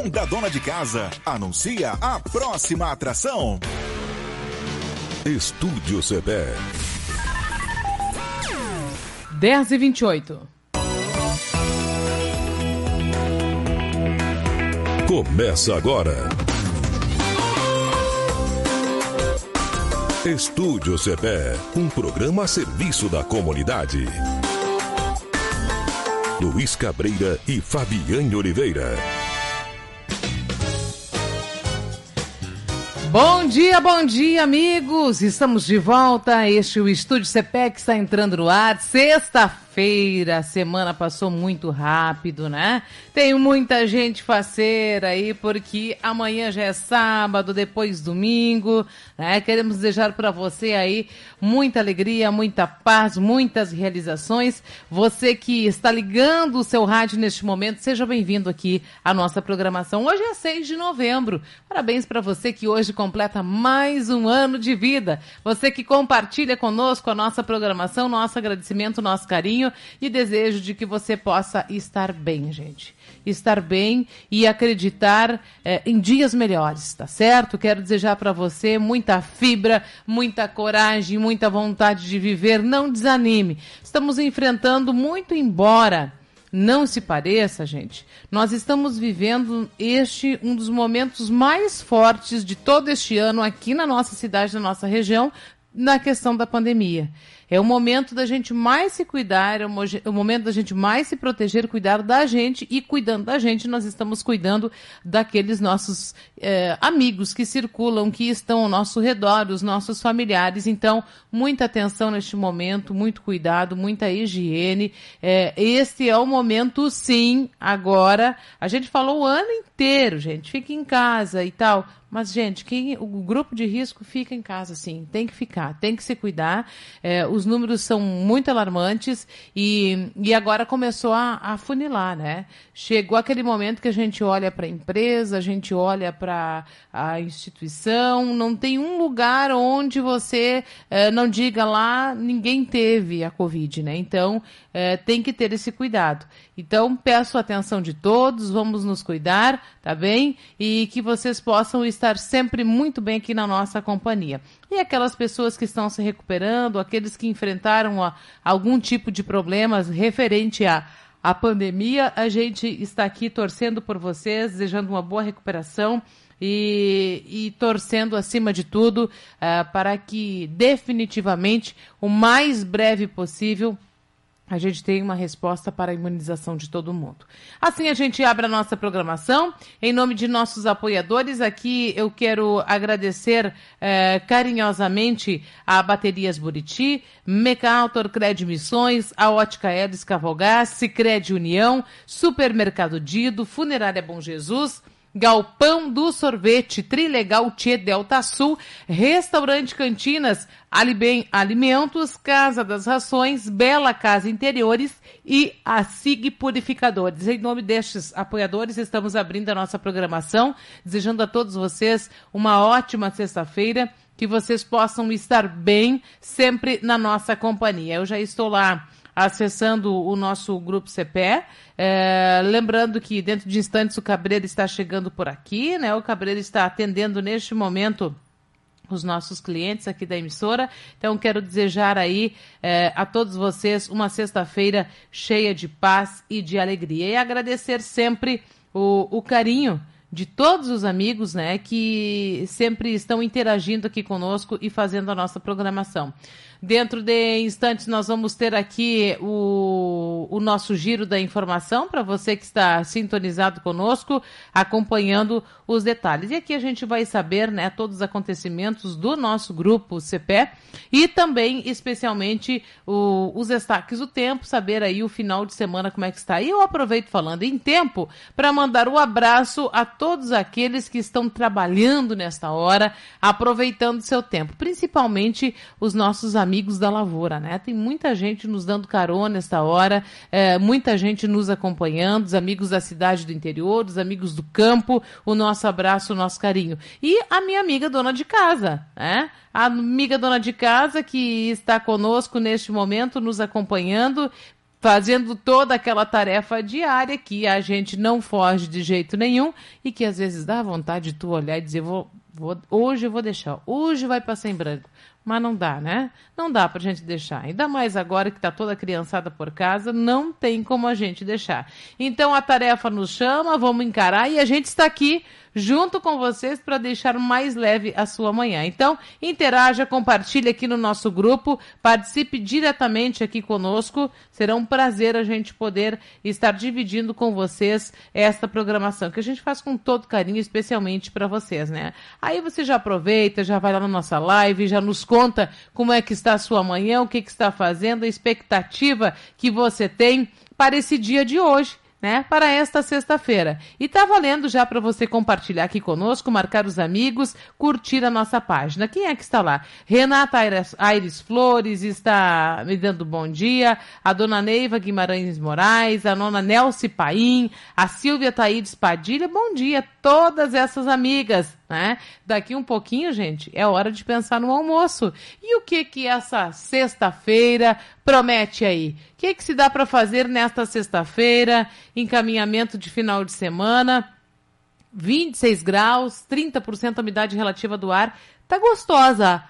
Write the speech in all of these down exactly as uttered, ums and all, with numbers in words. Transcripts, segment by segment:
bom da dona de casa. Anuncia a próxima atração. Estúdio C B. dez e vinte e oito. Começa agora. Estúdio C B, um programa a serviço da comunidade. Luiz Cabreira e Fabiane Oliveira. Bom dia, bom dia, amigos! Estamos de volta. Este é o Estúdio C P E que está entrando no ar. Sexta-feira, a semana passou muito rápido, né? Tem muita gente faceira aí, porque amanhã já é sábado, depois domingo, né? Queremos desejar para você aí muita alegria, muita paz, muitas realizações. Você que está ligando o seu rádio neste momento, seja bem-vindo aqui à nossa programação. Hoje é seis de novembro. Parabéns para você que hoje completa mais um ano de vida. Você que compartilha conosco a nossa programação, nosso agradecimento, nosso carinho e desejo de que você possa estar bem, gente. Estar bem e acreditar é, em dias melhores, tá certo? Quero desejar para você muita fibra, muita coragem, muita vontade de viver. Não desanime. Estamos enfrentando muito, embora não se pareça, gente, nós estamos vivendo este, um dos momentos mais fortes de todo este ano aqui na nossa cidade, na nossa região, na questão da pandemia. É o momento da gente mais se cuidar, é o momento da gente mais se proteger, cuidar da gente, e cuidando da gente, nós estamos cuidando daqueles nossos eh, amigos que circulam, que estão ao nosso redor, os nossos familiares. Então, muita atenção neste momento, muito cuidado, muita higiene. Eh, este é o momento, sim, agora. A gente falou o ano inteiro, gente, fica em casa e tal. Mas, gente, quem, o grupo de risco fica em casa, sim. Tem que ficar, tem que se cuidar. É, os números são muito alarmantes e, e agora começou a, a funilar, né? Chegou aquele momento que a gente olha para a empresa, a gente olha para a instituição, não tem um lugar onde você é, não diga lá, ninguém teve a Covid, né? Então, é, tem que ter esse cuidado. Então, peço a atenção de todos, vamos nos cuidar, tá bem? E que vocês possam estar sempre muito bem aqui na nossa companhia. E aquelas pessoas que estão se recuperando, aqueles que enfrentaram a, algum tipo de problemas referente à à pandemia, a gente está aqui torcendo por vocês, desejando uma boa recuperação e, e torcendo, acima de tudo, uh, para que definitivamente, o mais breve possível, a gente tem uma resposta para a imunização de todo mundo. Assim a gente abre a nossa programação. Em nome de nossos apoiadores, aqui eu quero agradecer eh, carinhosamente a Baterias Buriti, Mecautor Cred Missões, a Ótica Hélice Cavogás, Sicredi União, Supermercado Dido, Funerária Bom Jesus, Galpão do Sorvete, Trilegal Tchê Delta Sul, Restaurante Cantinas, Alibem Alimentos, Casa das Rações, Bela Casa Interiores e a SIG Purificadores. Em nome destes apoiadores, estamos abrindo a nossa programação, desejando a todos vocês uma ótima sexta-feira, que vocês possam estar bem sempre na nossa companhia. Eu já estou lá acessando o nosso grupo C P E, é, lembrando que dentro de instantes o Cabreiro está chegando por aqui, né? O Cabreiro está atendendo neste momento os nossos clientes aqui da emissora. Então, quero desejar aí é, a todos vocês uma sexta-feira cheia de paz e de alegria. E agradecer sempre o, o carinho de todos os amigos, né, que sempre estão interagindo aqui conosco e fazendo a nossa programação. Dentro de instantes nós vamos ter aqui o, o nosso giro da informação para você que está sintonizado conosco, acompanhando os detalhes. E aqui a gente vai saber, né, todos os acontecimentos do nosso grupo C P E e também, especialmente, o, os destaques do tempo, saber aí o final de semana como é que está. E eu aproveito falando em tempo para mandar um abraço a todos aqueles que estão trabalhando nesta hora, aproveitando seu tempo, principalmente os nossos amigos amigos da lavoura, né? Tem muita gente nos dando carona nesta hora, é, muita gente nos acompanhando, os amigos da cidade do interior, os amigos do campo, o nosso abraço, o nosso carinho. E a minha amiga dona de casa, né? A amiga dona de casa que está conosco neste momento, nos acompanhando, fazendo toda aquela tarefa diária que a gente não foge de jeito nenhum e que às vezes dá vontade de tu olhar e dizer, vou, vou, hoje eu vou deixar, hoje vai passar em branco. Mas não dá, né? Não dá pra gente deixar. Ainda mais agora que tá toda a criançada por casa, não tem como a gente deixar. Então a tarefa nos chama, vamos encarar e a gente está aqui junto com vocês para deixar mais leve a sua manhã. Então, interaja, compartilhe aqui no nosso grupo, participe diretamente aqui conosco. Será um prazer a gente poder estar dividindo com vocês esta programação, que a gente faz com todo carinho, especialmente para vocês, né? Aí você já aproveita, já vai lá na nossa live, já nos conta como é que está a sua manhã, o que, que está fazendo, a expectativa que você tem para esse dia de hoje, né, para esta sexta-feira. E tá valendo já para você compartilhar aqui conosco, marcar os amigos, curtir a nossa página. Quem é que está lá? Renata Aires, Aires Flores está me dando bom dia, a dona Neiva Guimarães Moraes, a nona Nelce Paim, a Silvia Taídes Padilha, bom dia, todas essas amigas, né? Daqui um pouquinho, gente, é hora de pensar no almoço. E o que que essa sexta-feira promete aí? O que que se dá para fazer nesta sexta-feira? Encaminhamento de final de semana, vinte e seis graus, trinta por cento a umidade relativa do ar. Tá gostosa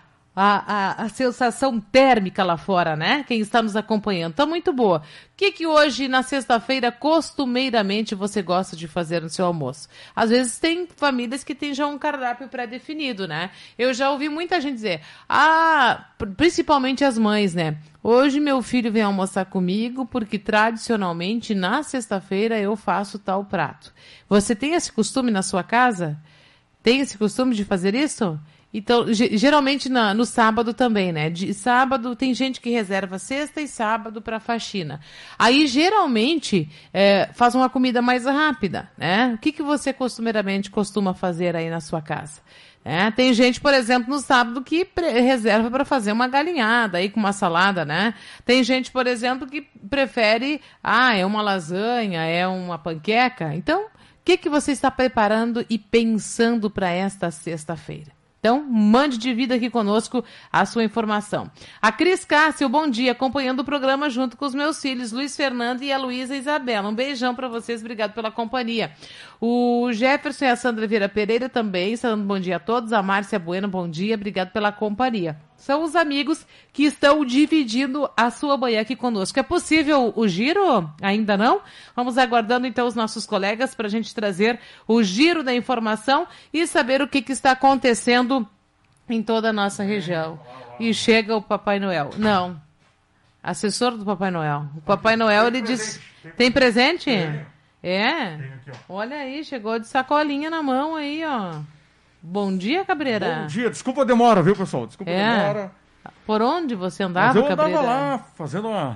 a, a, a sensação térmica lá fora, né? Quem está nos acompanhando, tá muito boa. O que que hoje, na sexta-feira, costumeiramente você gosta de fazer no seu almoço? Às vezes tem famílias que têm já um cardápio pré-definido, né? Eu já ouvi muita gente dizer, ah, principalmente as mães, né? Hoje meu filho vem almoçar comigo porque tradicionalmente na sexta-feira eu faço tal prato. Você tem esse costume na sua casa? Tem esse costume de fazer isso? Então, geralmente na, no sábado também, né? De sábado tem gente que reserva sexta e sábado para faxina. Aí, geralmente, é, faz uma comida mais rápida, né? O que, que você costumeiramente costuma fazer aí na sua casa? É, tem gente, por exemplo, no sábado que pre- reserva para fazer uma galinhada aí com uma salada, né? Tem gente, por exemplo, que prefere, ah, é uma lasanha, é uma panqueca. Então, o que, que você está preparando e pensando para esta sexta-feira? Então, mande de vida aqui conosco a sua informação. A Cris Cássio, bom dia, acompanhando o programa junto com os meus filhos, Luiz Fernando e a Luísa Isabela. Um beijão para vocês, obrigado pela companhia. O Jefferson e a Sandra Vieira Pereira também, estão dando bom dia a todos. A Márcia Bueno, bom dia, obrigado pela companhia. São os amigos que estão dividindo a sua manhã aqui conosco. É possível o giro? Ainda não? Vamos aguardando então os nossos colegas para a gente trazer o giro da informação e saber o que, que está acontecendo em toda a nossa região. E chega o Papai Noel. Não. Assessor do Papai Noel. O Papai Noel, ele diz... Tem presente? É? Olha aí, chegou de sacolinha na mão aí, ó. Bom dia, Cabreira. Bom dia. Desculpa a demora, viu, pessoal? Desculpa é. a demora. Por onde você andava, Mas eu Cabreira? andava lá, fazendo uma,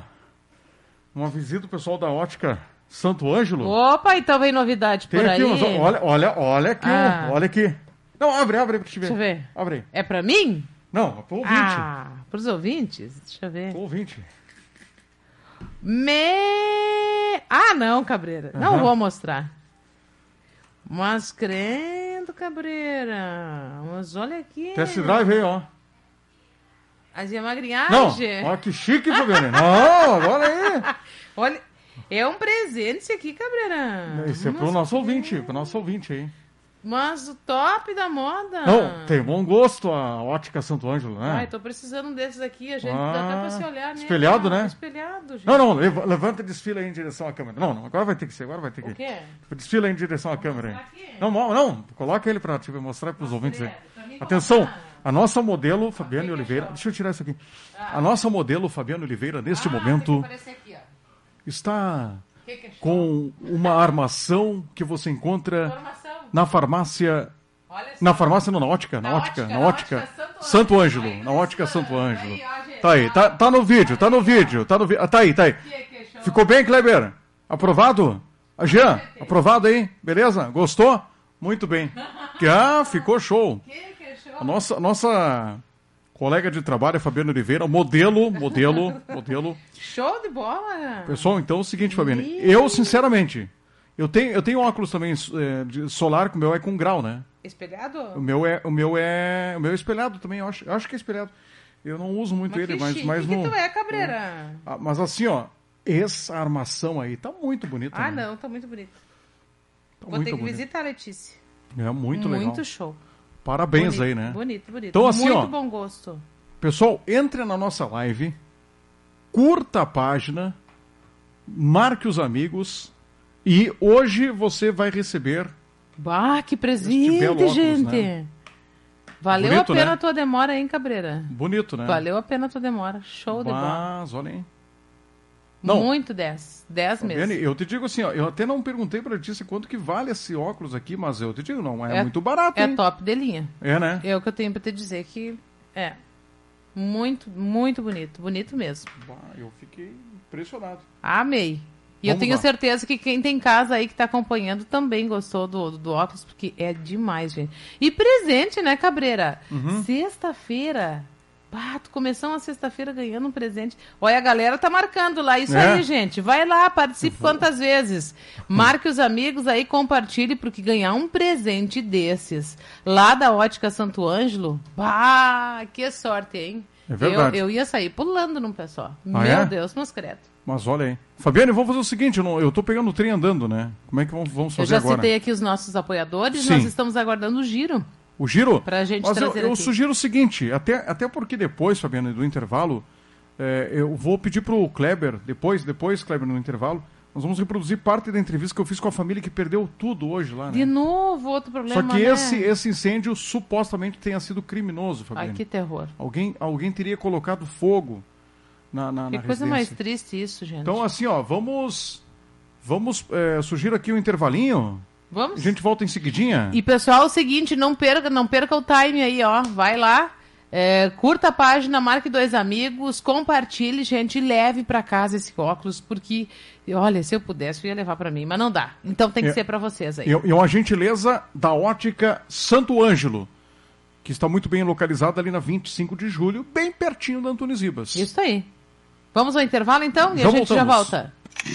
uma visita ao pessoal da ótica Santo Ângelo. Opa, então vem novidade Tem por aqui, aí. Mas, olha, olha, olha aqui, Ah. olha aqui. Não, abre, abre pra te ver. Deixa eu ver. Abre aí. É pra mim? Não, é pro ouvinte. Ah, pros ouvintes? Deixa eu ver. Pro ouvinte. Me... Ah, não, Cabreira. Não Aham. vou mostrar. Mas crendo, Cabreira. Mas olha aqui. Test drive aí, ó. As Não, magrinhagem. olha que chique, Fabiane. Não, olha aí. Olha, é um presente esse aqui, Cabreira. Isso é pro Mas nosso crendo. ouvinte, pro nosso ouvinte aí. Mas o top da moda. Não, tem bom gosto a ótica Santo Ângelo, né? Ai, tô precisando um desses aqui. A gente Ah, dá até pra se olhar, né? espelhado, né? Espelhado, gente. Não, não, leva- levanta e desfila aí em direção à câmera. Não, não, agora vai ter que ser, agora vai ter que O quê? Desfila aí em direção à câmera aí. mostrar aqui? Não, mo- não, coloca ele pra te mostrar pros ouvintes aí. Pra mim Atenção, colocar. a nossa modelo Fabiane Oliveira, deixa eu tirar isso aqui. A nossa modelo Fabiane Oliveira, neste Ah, tem que momento, aparecer aqui, ó. está Que que é show? com uma armação que você encontra Informação. na farmácia. Olha só. Na farmácia, não, na ótica, na, Na ótica, ótica, na na ótica, ótica Santo Santo Ângelo. Ângelo, Aí, na ótica Santo aí, Ângelo. ó, gente. Tá aí, tá, tá no vídeo, tá no vídeo, tá no vídeo. Tá aí, tá aí. Que que é show? Ficou bem, Kleber? Aprovado? A Jean, aprovado aí? Beleza? Gostou? Muito bem. Ah, ficou show. Que que é show? A nossa, nossa colega de trabalho é Fabiana Oliveira, modelo, modelo, modelo. Show de bola. Pessoal, então é o seguinte, Fabiane. Eu, sinceramente, eu tenho, eu tenho óculos também é, de solar, que o meu é com grau, né? Espelhado? O meu é, o meu é, o meu é espelhado também, eu acho, eu acho que é espelhado. Eu não uso muito Mas ele, que mas, chique mas que no, tu é, Cabreira. Ah, mas assim, ó, essa armação aí tá muito bonita. Ah, né? não, tá muito bonito. Tá Vou muito ter que bonito. visitar a Letícia. É muito, Muito legal. Muito show. Parabéns Bonito, aí, né? Bonito, bonito. Então, assim, muito ó, bom gosto. Pessoal, entre na nossa live, curta a página, marque os amigos e hoje você vai receber... Bah, que Este presente, belo óculos, gente. né? Valeu Bonito, a pena né? a tua demora, hein, Cabreira? Bonito, né? Valeu a pena a tua demora. Show de bola. Mas, olha aí. Não. Muito dez. dez Fabiane, mesmo. eu te digo assim, ó, eu até não perguntei pra Letícia quanto que vale esse óculos aqui, mas eu te digo, não é, É- muito barato, É hein? top de linha. É, né? É o que eu tenho pra te dizer que é muito, muito bonito. Bonito mesmo. Bah, eu fiquei impressionado. Amei. E Vamos eu tenho lá. certeza que quem tem casa aí que tá acompanhando também gostou do, do, do óculos, porque é demais, gente. E presente, né, Cabreira? Uhum. Sexta-feira. Pá, tu começou uma sexta-feira ganhando um presente. Olha, a galera tá marcando lá. Isso É. aí, gente. Vai lá, participe quantas vezes. Marque os amigos aí, compartilhe, porque ganhar um presente desses lá da Ótica Santo Ângelo, pá, que sorte, hein? É verdade. Eu, eu ia sair pulando num pé só. Ah, Meu é? Deus, meus credo. Mas olha aí. Fabiane, vamos fazer o seguinte, eu, não, eu tô pegando o trem andando, né? Como é que vamos, vamos Eu fazer já agora? citei aqui os nossos apoiadores, Sim. nós estamos aguardando o giro. O giro? Pra gente Mas eu, trazer eu aqui. sugiro o seguinte, até, até porque depois, Fabiana, do intervalo, é, eu vou pedir pro Kleber, depois, depois, Kleber, no intervalo, nós vamos reproduzir parte da entrevista que eu fiz com a família que perdeu tudo hoje lá, né? De novo, outro problema, Só que né? esse, esse incêndio supostamente tenha sido criminoso, Fabiana. Ai, que terror. Alguém, alguém teria colocado fogo na, na, Que na coisa mais residência. triste isso, gente. Então, assim, ó, vamos... Vamos, é, sugiro aqui um intervalinho. Vamos? A gente volta em seguidinha. E, pessoal, é o seguinte, não perca, não perca o time aí, ó. Vai lá, é, curta a página, marque dois amigos, compartilhe, gente, e leve pra casa esse óculos, porque, olha, se eu pudesse, eu ia levar pra mim, mas não dá. Então tem que É. ser pra vocês aí. E e uma gentileza da Ótica Santo Ângelo, que está muito bem localizada ali na vinte e cinco de julho, bem pertinho da Antunes Ribas. Isso aí. Vamos ao intervalo, então? E Já a gente já voltamos. volta.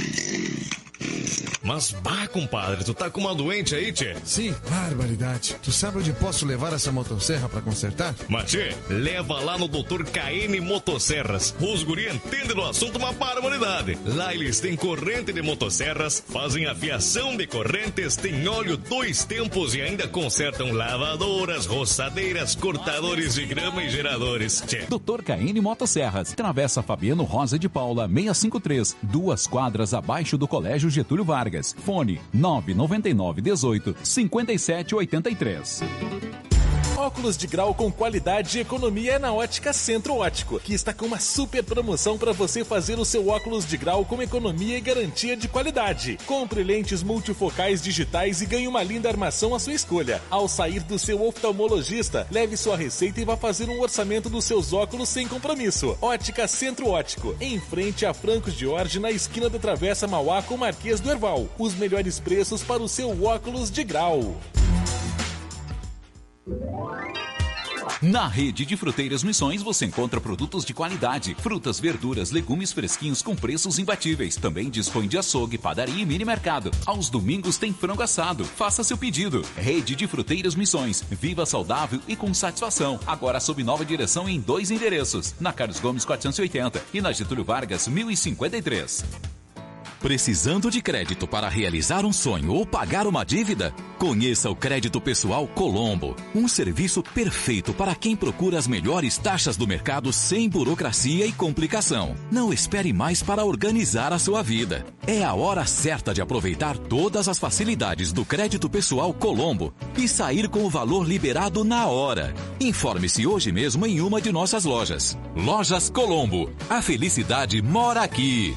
Mas, bah, compadre, tu tá com uma doente aí, tchê? Sim, barbaridade. Tu sabe onde posso levar essa motosserra pra consertar? Mas, tchê, leva lá no doutor K N Motosserras. Os guri entendem do assunto uma barbaridade. Lá eles têm corrente de motosserras, fazem afiação de correntes, tem óleo dois tempos e ainda consertam lavadoras, roçadeiras, cortadores de grama e geradores. Tchê. doutor K N Motosserras, Travessa Fabiano Rosa de Paula, seiscentos e cinquenta e três, duas quadras abaixo do Colégio Getúlio Vargas. Fone nove nove nove dezoito, cinquenta e sete oitenta e três. Óculos de grau com qualidade e economia é na Ótica Centro Ótico, que está com uma super promoção para você fazer o seu óculos de grau com economia e garantia de qualidade. Compre lentes multifocais digitais e ganhe uma linda armação à sua escolha. Ao sair do seu oftalmologista, leve sua receita e vá fazer um orçamento dos seus óculos sem compromisso. Ótica Centro Ótico, em frente a Franco Jorge, na esquina da Travessa Mauá com Marquês do Herval. Os melhores preços para o seu óculos de grau. Na rede de Fruteiras Missões você encontra produtos de qualidade, frutas, verduras, legumes fresquinhos com preços imbatíveis. Também dispõe de açougue, padaria e mini mercado. Aos domingos tem frango assado. Faça seu pedido. Rede de Fruteiras Missões. Viva saudável e com satisfação. Agora sob nova direção em dois endereços. Na Carlos Gomes quatrocentos e oitenta e na Getúlio Vargas mil e cinquenta e três. Precisando de crédito para realizar um sonho ou pagar uma dívida? Conheça o Crédito Pessoal Colombo. Um serviço perfeito para quem procura as melhores taxas do mercado sem burocracia e complicação. Não espere mais para organizar a sua vida. É a hora certa de aproveitar todas as facilidades do Crédito Pessoal Colombo e sair com o valor liberado na hora. Informe-se hoje mesmo em uma de nossas lojas. Lojas Colombo. A felicidade mora aqui.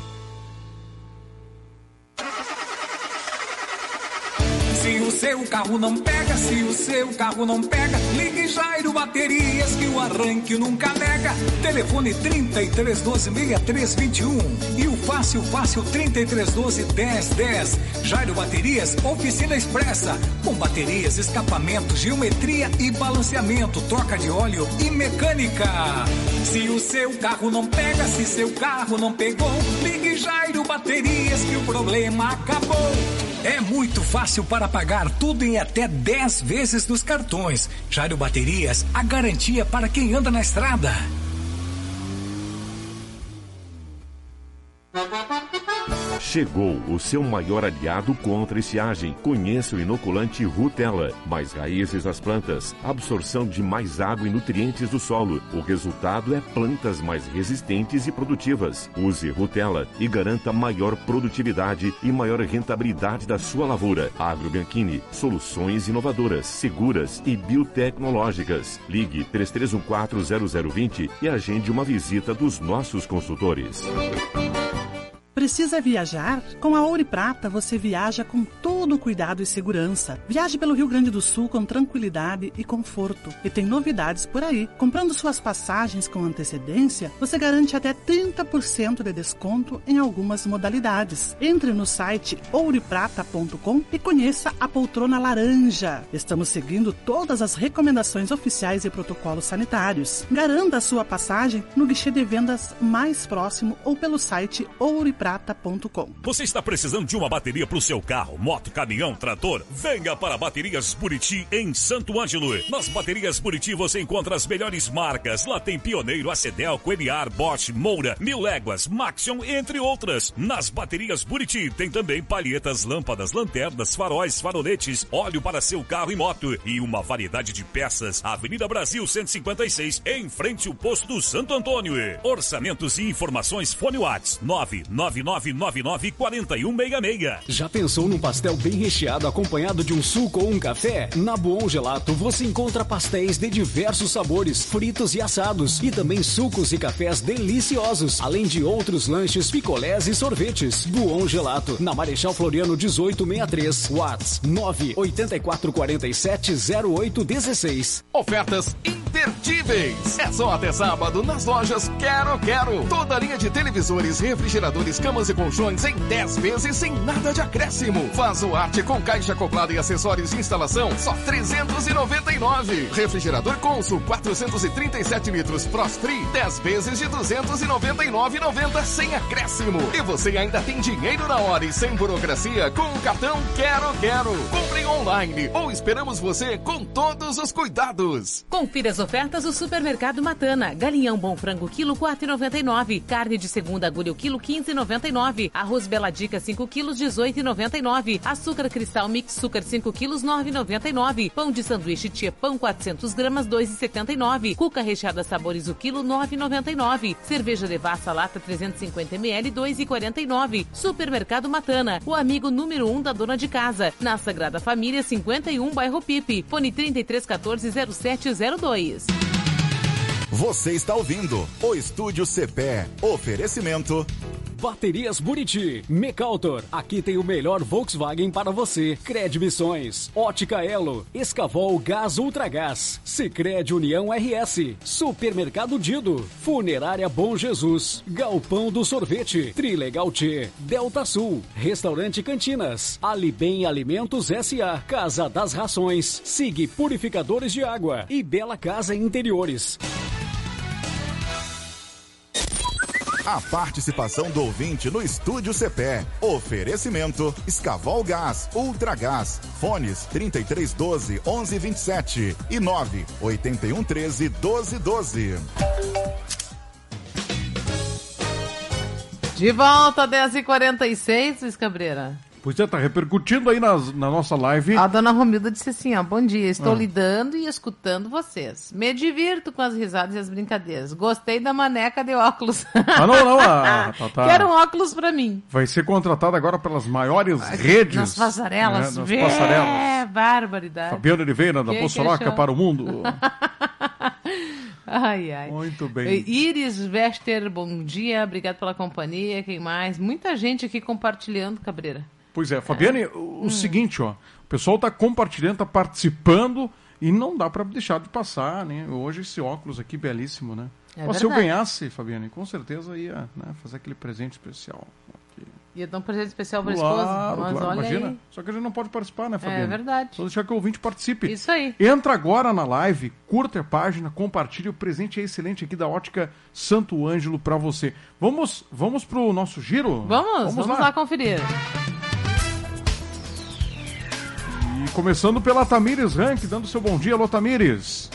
Se o seu carro não pega, se o seu carro não pega, ligue Jairo Baterias que o arranque nunca nega. Telefone trinta e três doze, sessenta e três vinte e um e o fácil, fácil trinta e três doze, dez dez. Jairo Baterias, oficina expressa, com baterias, escapamento, geometria e balanceamento, troca de óleo e mecânica. Se o seu carro não pega, se seu carro não pegou, ligue Jairo Baterias que o problema acabou. É muito fácil para pagar tudo em até dez vezes nos cartões. Jairo Baterias, a garantia para quem anda na estrada. Chegou o seu maior aliado contra a estiagem. Conheça o inoculante Rutela. Mais raízes das plantas, absorção de mais água e nutrientes do solo. O resultado é plantas mais resistentes e produtivas. Use Rutela e garanta maior produtividade e maior rentabilidade da sua lavoura. Agrobianchini, soluções inovadoras, seguras e biotecnológicas. Ligue três três um quatro zero zero dois zero e agende uma visita dos nossos consultores. Precisa viajar? Com a Ouro e Prata você viaja com todo o cuidado e segurança. Viaje pelo Rio Grande do Sul com tranquilidade e conforto. E tem novidades por aí. Comprando suas passagens com antecedência, você garante até trinta por cento de desconto em algumas modalidades. Entre no site ouro e prata ponto com e conheça a poltrona laranja. Estamos seguindo todas as recomendações oficiais e protocolos sanitários. Garanta a sua passagem no guichê de vendas mais próximo ou pelo site ouro e prata ponto com. Você está precisando de uma bateria para o seu carro, moto, caminhão, trator? Venha para Baterias Buriti em Santo Ângelo. Nas Baterias Buriti você encontra as melhores marcas. Lá tem Pioneiro, Acedelco, N A R, Bosch, Moura, Mil Léguas, Maxion, entre outras. Nas Baterias Buriti tem também palhetas, lâmpadas, lanternas, faróis, faroletes, óleo para seu carro e moto e uma variedade de peças. Avenida Brasil cento e cinquenta e seis, em frente ao posto do Santo Antônio. Orçamentos e informações Fone WhatsApp nove nove nove nove nove quatro um seis seis. Já pensou num pastel bem recheado acompanhado de um suco ou um café? Na Buon Gelato você encontra pastéis de diversos sabores, fritos e assados, e também sucos e cafés deliciosos, além de outros lanches, picolés e sorvetes. Buon Gelato, na Marechal Floriano dezoito sessenta e três, WhatsApp nove oito quatro quatro sete zero oito um seis. Ofertas imperdíveis! É só até sábado nas lojas Quero Quero. Toda a linha de televisores, refrigeradores, camas e colchões em dez vezes sem nada de acréscimo. Vaso Arte com caixa acoplada e acessórios de instalação, só trezentos e noventa e nove. Refrigerador Consul, quatrocentos e trinta e sete litros Frost Free, dez vezes de duzentos e noventa e nove reais e noventa centavos sem acréscimo. E você ainda tem dinheiro na hora e sem burocracia com o cartão Quero Quero. Compre online ou esperamos você com todos os cuidados. Confira as ofertas do Supermercado Matana. Galinhão Bom Frango quilo quatro reais e noventa e nove. Carne de segunda agulha o quilo quinze reais e noventa e nove. Arroz Bela Dica cinco quilos dezoito reais e noventa e nove. Açúcar Cristal Mix Sucre cinco quilos nove reais e noventa e nove. Pão de sanduíche Tia Pão quatrocentos gramas dois reais e setenta e nove. Cuca recheada Sabores o quilo nove reais e noventa e nove. Cerveja Devassa Lata trezentos e cinquenta mililitros dois reais e quarenta e nove. Supermercado Matana, o amigo número um da dona de casa. Na Sagrada Família cinquenta e um, bairro Pipe. Fone trinta e três quatorze zero sete zero dois. Você está ouvindo o Estúdio C P E. Oferecimento Baterias Buriti, Mecautor, aqui tem o melhor Volkswagen para você. Cred Missões, Ótica Elo, Escavol Gás Ultragás, Sicredi União R S, Supermercado Dido, Funerária Bom Jesus, Galpão do Sorvete, Trilegal T, Delta Sul, Restaurante Cantinas, Alibem Alimentos S A, Casa das Rações, Sig Purificadores de Água e Bela Casa Interiores. A participação do ouvinte no Estúdio C P E. Oferecimento Escavol Gás, Ultragás. Fones trinta e três doze, onze vinte e sete e nove oito um treze, doze doze. De volta, dez e quarenta e seis, Luiz Cabreira. Pois é, tá repercutindo aí nas, na nossa live. A dona Romilda disse assim, ó, bom dia, estou Ah. lidando e escutando vocês. Me divirto com as risadas e as brincadeiras. Gostei da maneca de óculos. Ah, não, não, a, a, tá, Quero um óculos pra mim. vai ser contratada agora pelas maiores redes. Nas passarelas. né, nas É, passarelas. barbaridade. Fabiano Oliveira, da Que Poçoroca queixão. para o mundo. Ai, ai. Muito bem. Iris Vester, bom dia, obrigado pela companhia. Quem mais? Muita gente aqui compartilhando, Cabreira. Pois é, Fabiane, o, o seguinte, ó, o pessoal tá compartilhando, tá participando e não dá para deixar de passar, né? Hoje esse óculos aqui belíssimo, né? É Mas se eu verdade. ganhasse, Fabiane, com certeza ia, né, fazer aquele presente especial. Aqui. Ia dar um presente especial pra esposa. Claro, Mas claro, olha imagina. aí. Só que a gente não pode participar, né, Fabiane? É verdade. Só deixar que o ouvinte participe. Isso aí. Entra agora na live, curta a página, compartilhe. O presente é excelente aqui da Ótica Santo Ângelo para você. Vamos, vamos pro nosso giro? Vamos, vamos, lá. lá conferir. E começando pela Tamires Rank, dando seu bom dia. Alô, Tamires.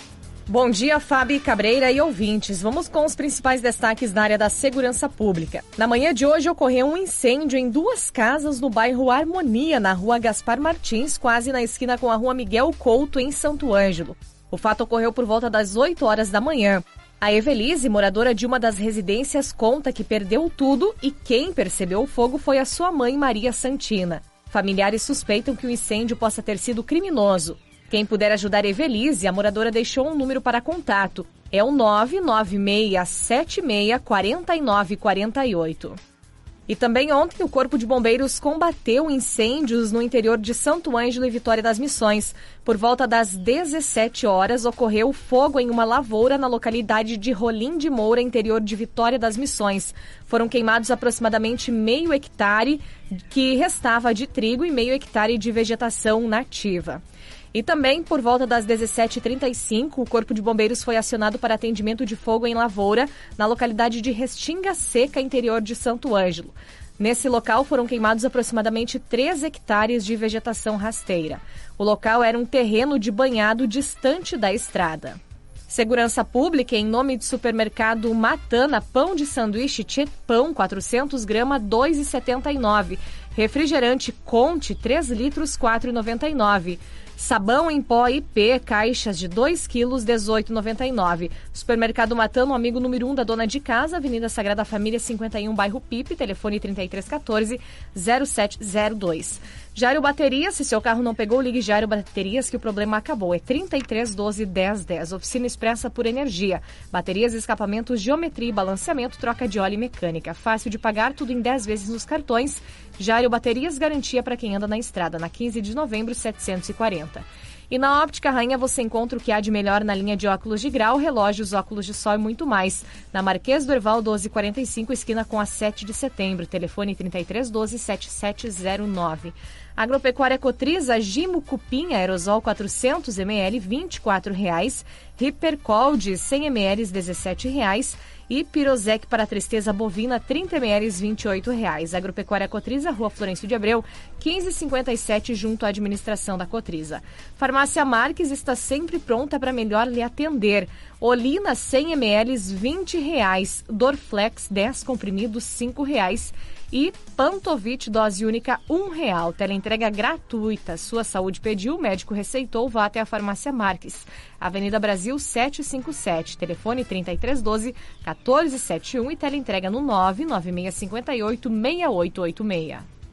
Bom dia, Fábio Cabreira e ouvintes. Vamos com os principais destaques da área da segurança pública. Na manhã de hoje ocorreu um incêndio em duas casas no bairro Harmonia, na rua Gaspar Martins, quase na esquina com a rua Miguel Couto, em Santo Ângelo. O fato ocorreu por volta das oito horas da manhã. A Evelise, moradora de uma das residências, conta que perdeu tudo e quem percebeu o fogo foi a sua mãe, Maria Santina. Familiares suspeitam que o incêndio possa ter sido criminoso. Quem puder ajudar Evelise, a moradora deixou um número para contato. É o nove nove seis sete seis quatro nove quatro oito. E também ontem o Corpo de Bombeiros combateu incêndios no interior de Santo Ângelo e Vitória das Missões. Por volta das dezessete horas, ocorreu fogo em uma lavoura na localidade de Rolim de Moura, interior de Vitória das Missões. Foram queimados aproximadamente meio hectare que restava de trigo e meio hectare de vegetação nativa. E também, por volta das dezessete e trinta e cinco, o Corpo de Bombeiros foi acionado para atendimento de fogo em lavoura, na localidade de Restinga Seca, interior de Santo Ângelo. Nesse local foram queimados aproximadamente três hectares de vegetação rasteira. O local era um terreno de banhado distante da estrada. Segurança Pública, em nome de supermercado Matana, pão de sanduíche Tietpão, quatrocentos gramas, dois reais e setenta e nove centavos. Refrigerante Conte, três litros, quatro reais e noventa e nove centavos. Sabão em pó I P, caixas de dois quilos, dezoito reais e noventa e nove centavos. Supermercado Matano, amigo número um da dona de casa, Avenida Sagrada Família, cinquenta e um, bairro Pipe, telefone trinta e três quatorze, zero sete zero dois. Jairo Baterias, se seu carro não pegou, ligue Jairo Baterias que o problema acabou. É trinta e três doze, dez dez. Oficina Expressa por Energia. Baterias, escapamentos, geometria e balanceamento, troca de óleo e mecânica. Fácil de pagar, tudo em dez vezes nos cartões. Jairo Baterias, garantia para quem anda na estrada. Na quinze de novembro, setecentos e quarenta. E na Óptica Rainha você encontra o que há de melhor na linha de óculos de grau, relógios, óculos de sol e muito mais. Na Marquês do Herval doze quarenta e cinco, esquina com a sete de setembro. Telefone trinta e três doze, setenta e sete zero nove. Agropecuária Cotriz, Agimo Cupim, aerosol quatrocentos mililitros, vinte e quatro reais. Hipercol de cem mililitros, dezessete reais. E Pirozec para tristeza bovina, trinta mililitros, vinte e oito reais. Agropecuária Cotriza, Rua Florencio de Abreu, quinze cinquenta e sete, junto à administração da Cotriza. Farmácia Marques está sempre pronta para melhor lhe atender. Olina, cem mililitros, vinte reais. Dorflex, dez comprimidos, cinco reais. E Pantovit, dose única, um real. Teleentrega gratuita. Sua saúde pediu, médico receitou, vá até a Farmácia Marques. Avenida Brasil setecentos e cinquenta e sete. Telefone trinta e três doze, quatorze setenta e um e teleentrega no nove nove seis cinco oito, seis oito oito seis.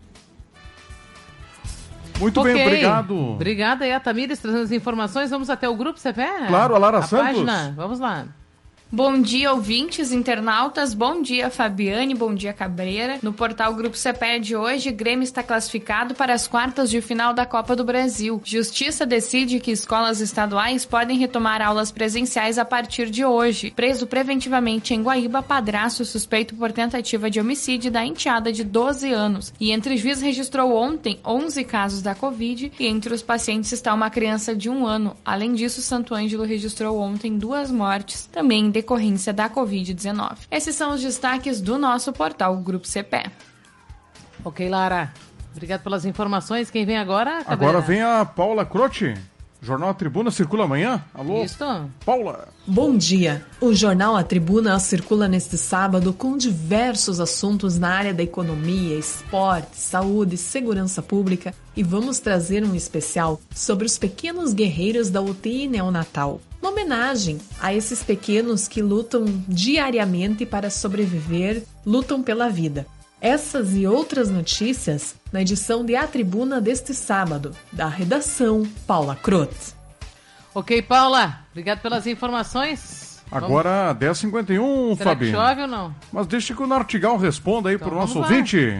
Muito okay. bem, obrigado. Obrigada aí, a Tamires, trazendo as informações. Vamos até o Grupo C P E? Claro, a Lara a Santos. Página. Vamos lá. Bom dia, ouvintes, internautas. Bom dia, Fabiane. Bom dia, Cabreira. No portal Grupo C P E de hoje, Grêmio está classificado para as quartas de final da Copa do Brasil. Justiça decide que escolas estaduais podem retomar aulas presenciais a partir de hoje. Preso preventivamente em Guaíba, padrasto suspeito por tentativa de homicídio da enteada de doze anos. E entre juiz registrou ontem onze casos da Covid e entre os pacientes está uma criança de um ano. Além disso, Santo Ângelo registrou ontem duas mortes, também em decorrência da covid dezenove. Esses são os destaques do nosso portal Grupo C P E. Ok, Lara. Obrigado pelas informações. Quem vem agora? Cabreira? Agora vem a Paula Croce. Jornal A Tribuna circula amanhã. Alô? Isso. Paula. Bom dia. O Jornal A Tribuna circula neste sábado com diversos assuntos na área da economia, esporte, saúde, segurança pública e vamos trazer um especial sobre os pequenos guerreiros da U T I neonatal. Uma homenagem a esses pequenos que lutam diariamente para sobreviver, lutam pela vida. Essas e outras notícias na edição de A Tribuna deste sábado, da redação Paula Croce. Ok, Paula, obrigado pelas informações. Agora, dez e cinquenta e um, Será Fabinho. que chove ou não? Mas deixa que o Nartigal responda aí então, pro nosso lá. ouvinte.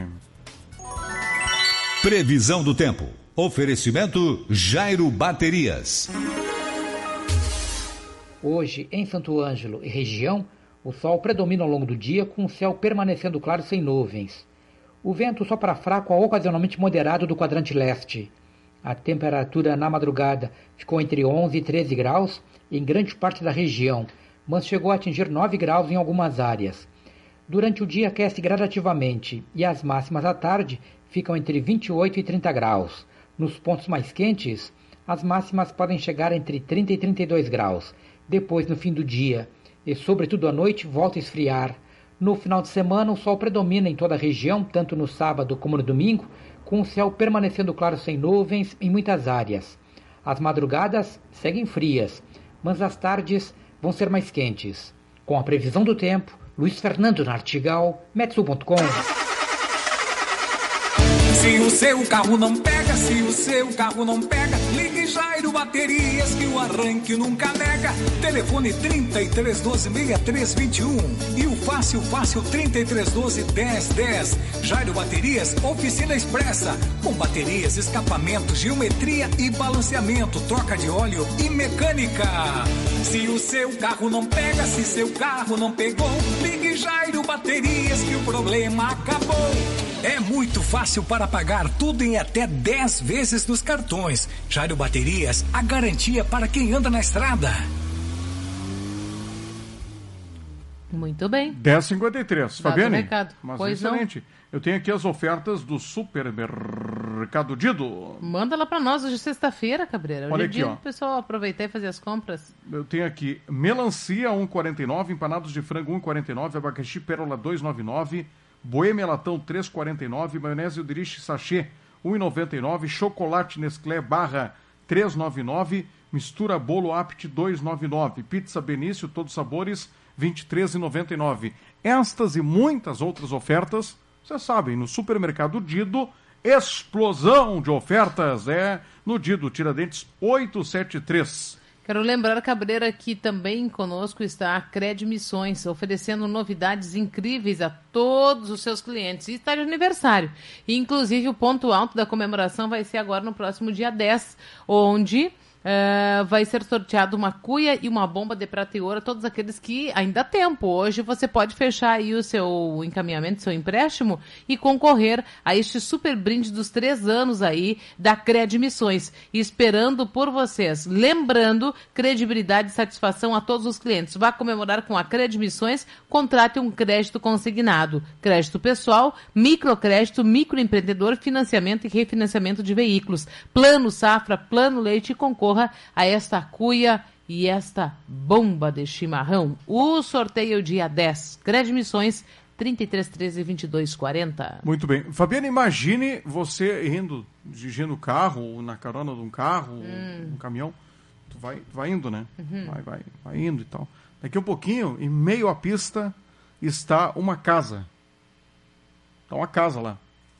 Previsão do tempo. Oferecimento Jairo Baterias. Hoje, em Santo Ângelo e região, o sol predomina ao longo do dia, com o céu permanecendo claro sem nuvens. O vento sopra fraco a ocasionalmente moderado do quadrante leste. A temperatura na madrugada ficou entre onze e treze graus em grande parte da região, mas chegou a atingir nove graus em algumas áreas. Durante o dia aquece gradativamente e as máximas à tarde ficam entre vinte e oito e trinta graus. Nos pontos mais quentes, as máximas podem chegar entre trinta e trinta e dois graus. Depois, no fim do dia e sobretudo à noite, volta a esfriar. No final de semana, o sol predomina em toda a região, tanto no sábado como no domingo, com o céu permanecendo claro sem nuvens em muitas áreas. As madrugadas seguem frias, mas as tardes vão ser mais quentes. Com a previsão do tempo, Luiz Fernando Nartigal, Metsu ponto com. Se o seu carro não pega, se o seu carro não pega, ligue Jairo Baterias que o arranque nunca nega. Telefone trinta e três doze, sessenta e três vinte e um e o fácil, fácil trinta e três doze, dez dez. Jairo Baterias, oficina expressa, com baterias, escapamento, geometria e balanceamento, troca de óleo e mecânica. Se o seu carro não pega, se seu carro não pegou, ligue Jairo Baterias que o problema acabou. É muito fácil para pagar tudo em até dez vezes nos cartões. Jairo Baterias, a garantia para quem anda na estrada. Muito bem. dez e cinquenta e três. Fabiane, recado. Mas pois excelente. Não. Eu tenho aqui as ofertas do Supermercado Dido. Manda lá para nós hoje é sexta-feira, Cabreira. Hoje Olha é aqui, dia ó. do pessoal aproveitar e fazer as compras. Eu tenho aqui melancia um real e quarenta e nove, empanados de frango um real e quarenta e nove, abacaxi pérola dois reais e noventa e nove, Boêmia latão três reais e quarenta e nove, maionese Udrich sachê um real e noventa e nove, chocolate Nestlé barra três reais e noventa e nove, mistura bolo Apt dois reais e noventa e nove, pizza Benício todos sabores vinte e três reais e noventa e nove. Estas e muitas outras ofertas, vocês sabem, no Supermercado Dido, explosão de ofertas é no Dido Tiradentes oitocentos e setenta e três. Quero lembrar, Cabreira, que também conosco está a Cred Missões, oferecendo novidades incríveis a todos os seus clientes. E está de aniversário. E, inclusive, o ponto alto da comemoração vai ser agora no próximo dia dez, onde uh, vai ser sorteado uma cuia e uma bomba de prata e ouro a todos aqueles que ainda há tempo. Hoje você pode fechar aí o seu encaminhamento, seu empréstimo e concorrer a este super brinde dos três anos aí da Cred Missões. Esperando por vocês. Lembrando, credibilidade e satisfação a todos os clientes. Vá comemorar com a Cred Missões, contrate um crédito consignado. Crédito pessoal, microcrédito, microempreendedor, financiamento e refinanciamento de veículos. Plano Safra, Plano Leite e concorra a esta cuia e esta bomba de chimarrão. O sorteio dia dez. Cred Missões, trinta e três, treze, vinte e dois, quarenta. Muito bem. Fabiana, imagine você indo, dirigindo o carro, ou na carona de um carro, hum. um caminhão. Tu vai, vai indo, né? Uhum. Vai, vai, vai indo e tal. Daqui a um pouquinho, em meio à pista, está uma casa. Está uma casa lá.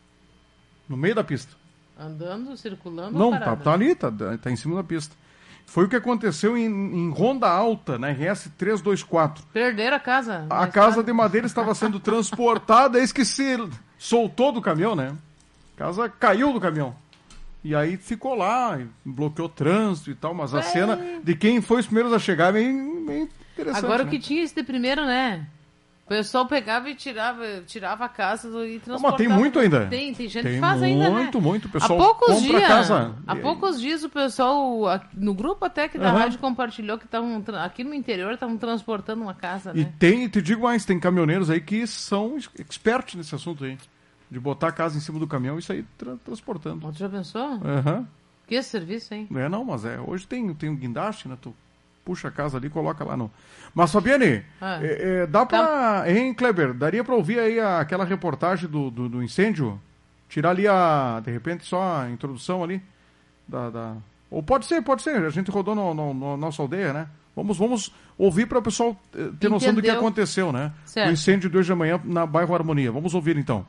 No meio da pista. Andando, circulando? Não, ou tá, tá ali, tá, tá em cima da pista. Foi o que aconteceu em, em Ronda Alta, na R S trezentos e vinte e quatro. Perderam a casa. A casa de madeira estava sendo transportada, eis que se soltou do caminhão, né? A casa caiu do caminhão. E aí ficou lá, bloqueou o trânsito e tal, mas a Ué. cena de quem foi os primeiros a chegar é bem, bem interessante. Agora né? o que tinha esse de primeiro, né? O pessoal pegava e tirava, tirava a casa e transportava. Mas tem muito ainda. Tem, tem gente tem que faz muito, ainda, né? Muito, muito. O pessoal há poucos compra dias, a casa. Há poucos dias o pessoal, no grupo até que da uhum. rádio compartilhou que estavam, aqui no interior, estavam transportando uma casa, né? E tem, te digo mais, tem caminhoneiros aí que são expertos nesse assunto aí. De botar a casa em cima do caminhão e sair tra transportando. Você já pensou? Aham. Uhum. Que esse serviço, hein? É, não, mas é, hoje tem, tem um guindaste, né? Tu puxa a casa ali e coloca lá no... Mas, Fabiane, ah. é, é, dá pra... Tá. Hein, Kleber? Daria pra ouvir aí a, aquela reportagem do, do, do incêndio? Tirar ali a... De repente, só a introdução ali? Da, da... Ou pode ser, pode ser. A gente rodou no, no, no nossa aldeia, né? Vamos, vamos ouvir para o pessoal ter noção Entendeu. do que aconteceu, né? Certo. O incêndio de hoje de manhã na bairro Harmonia. Vamos ouvir, então.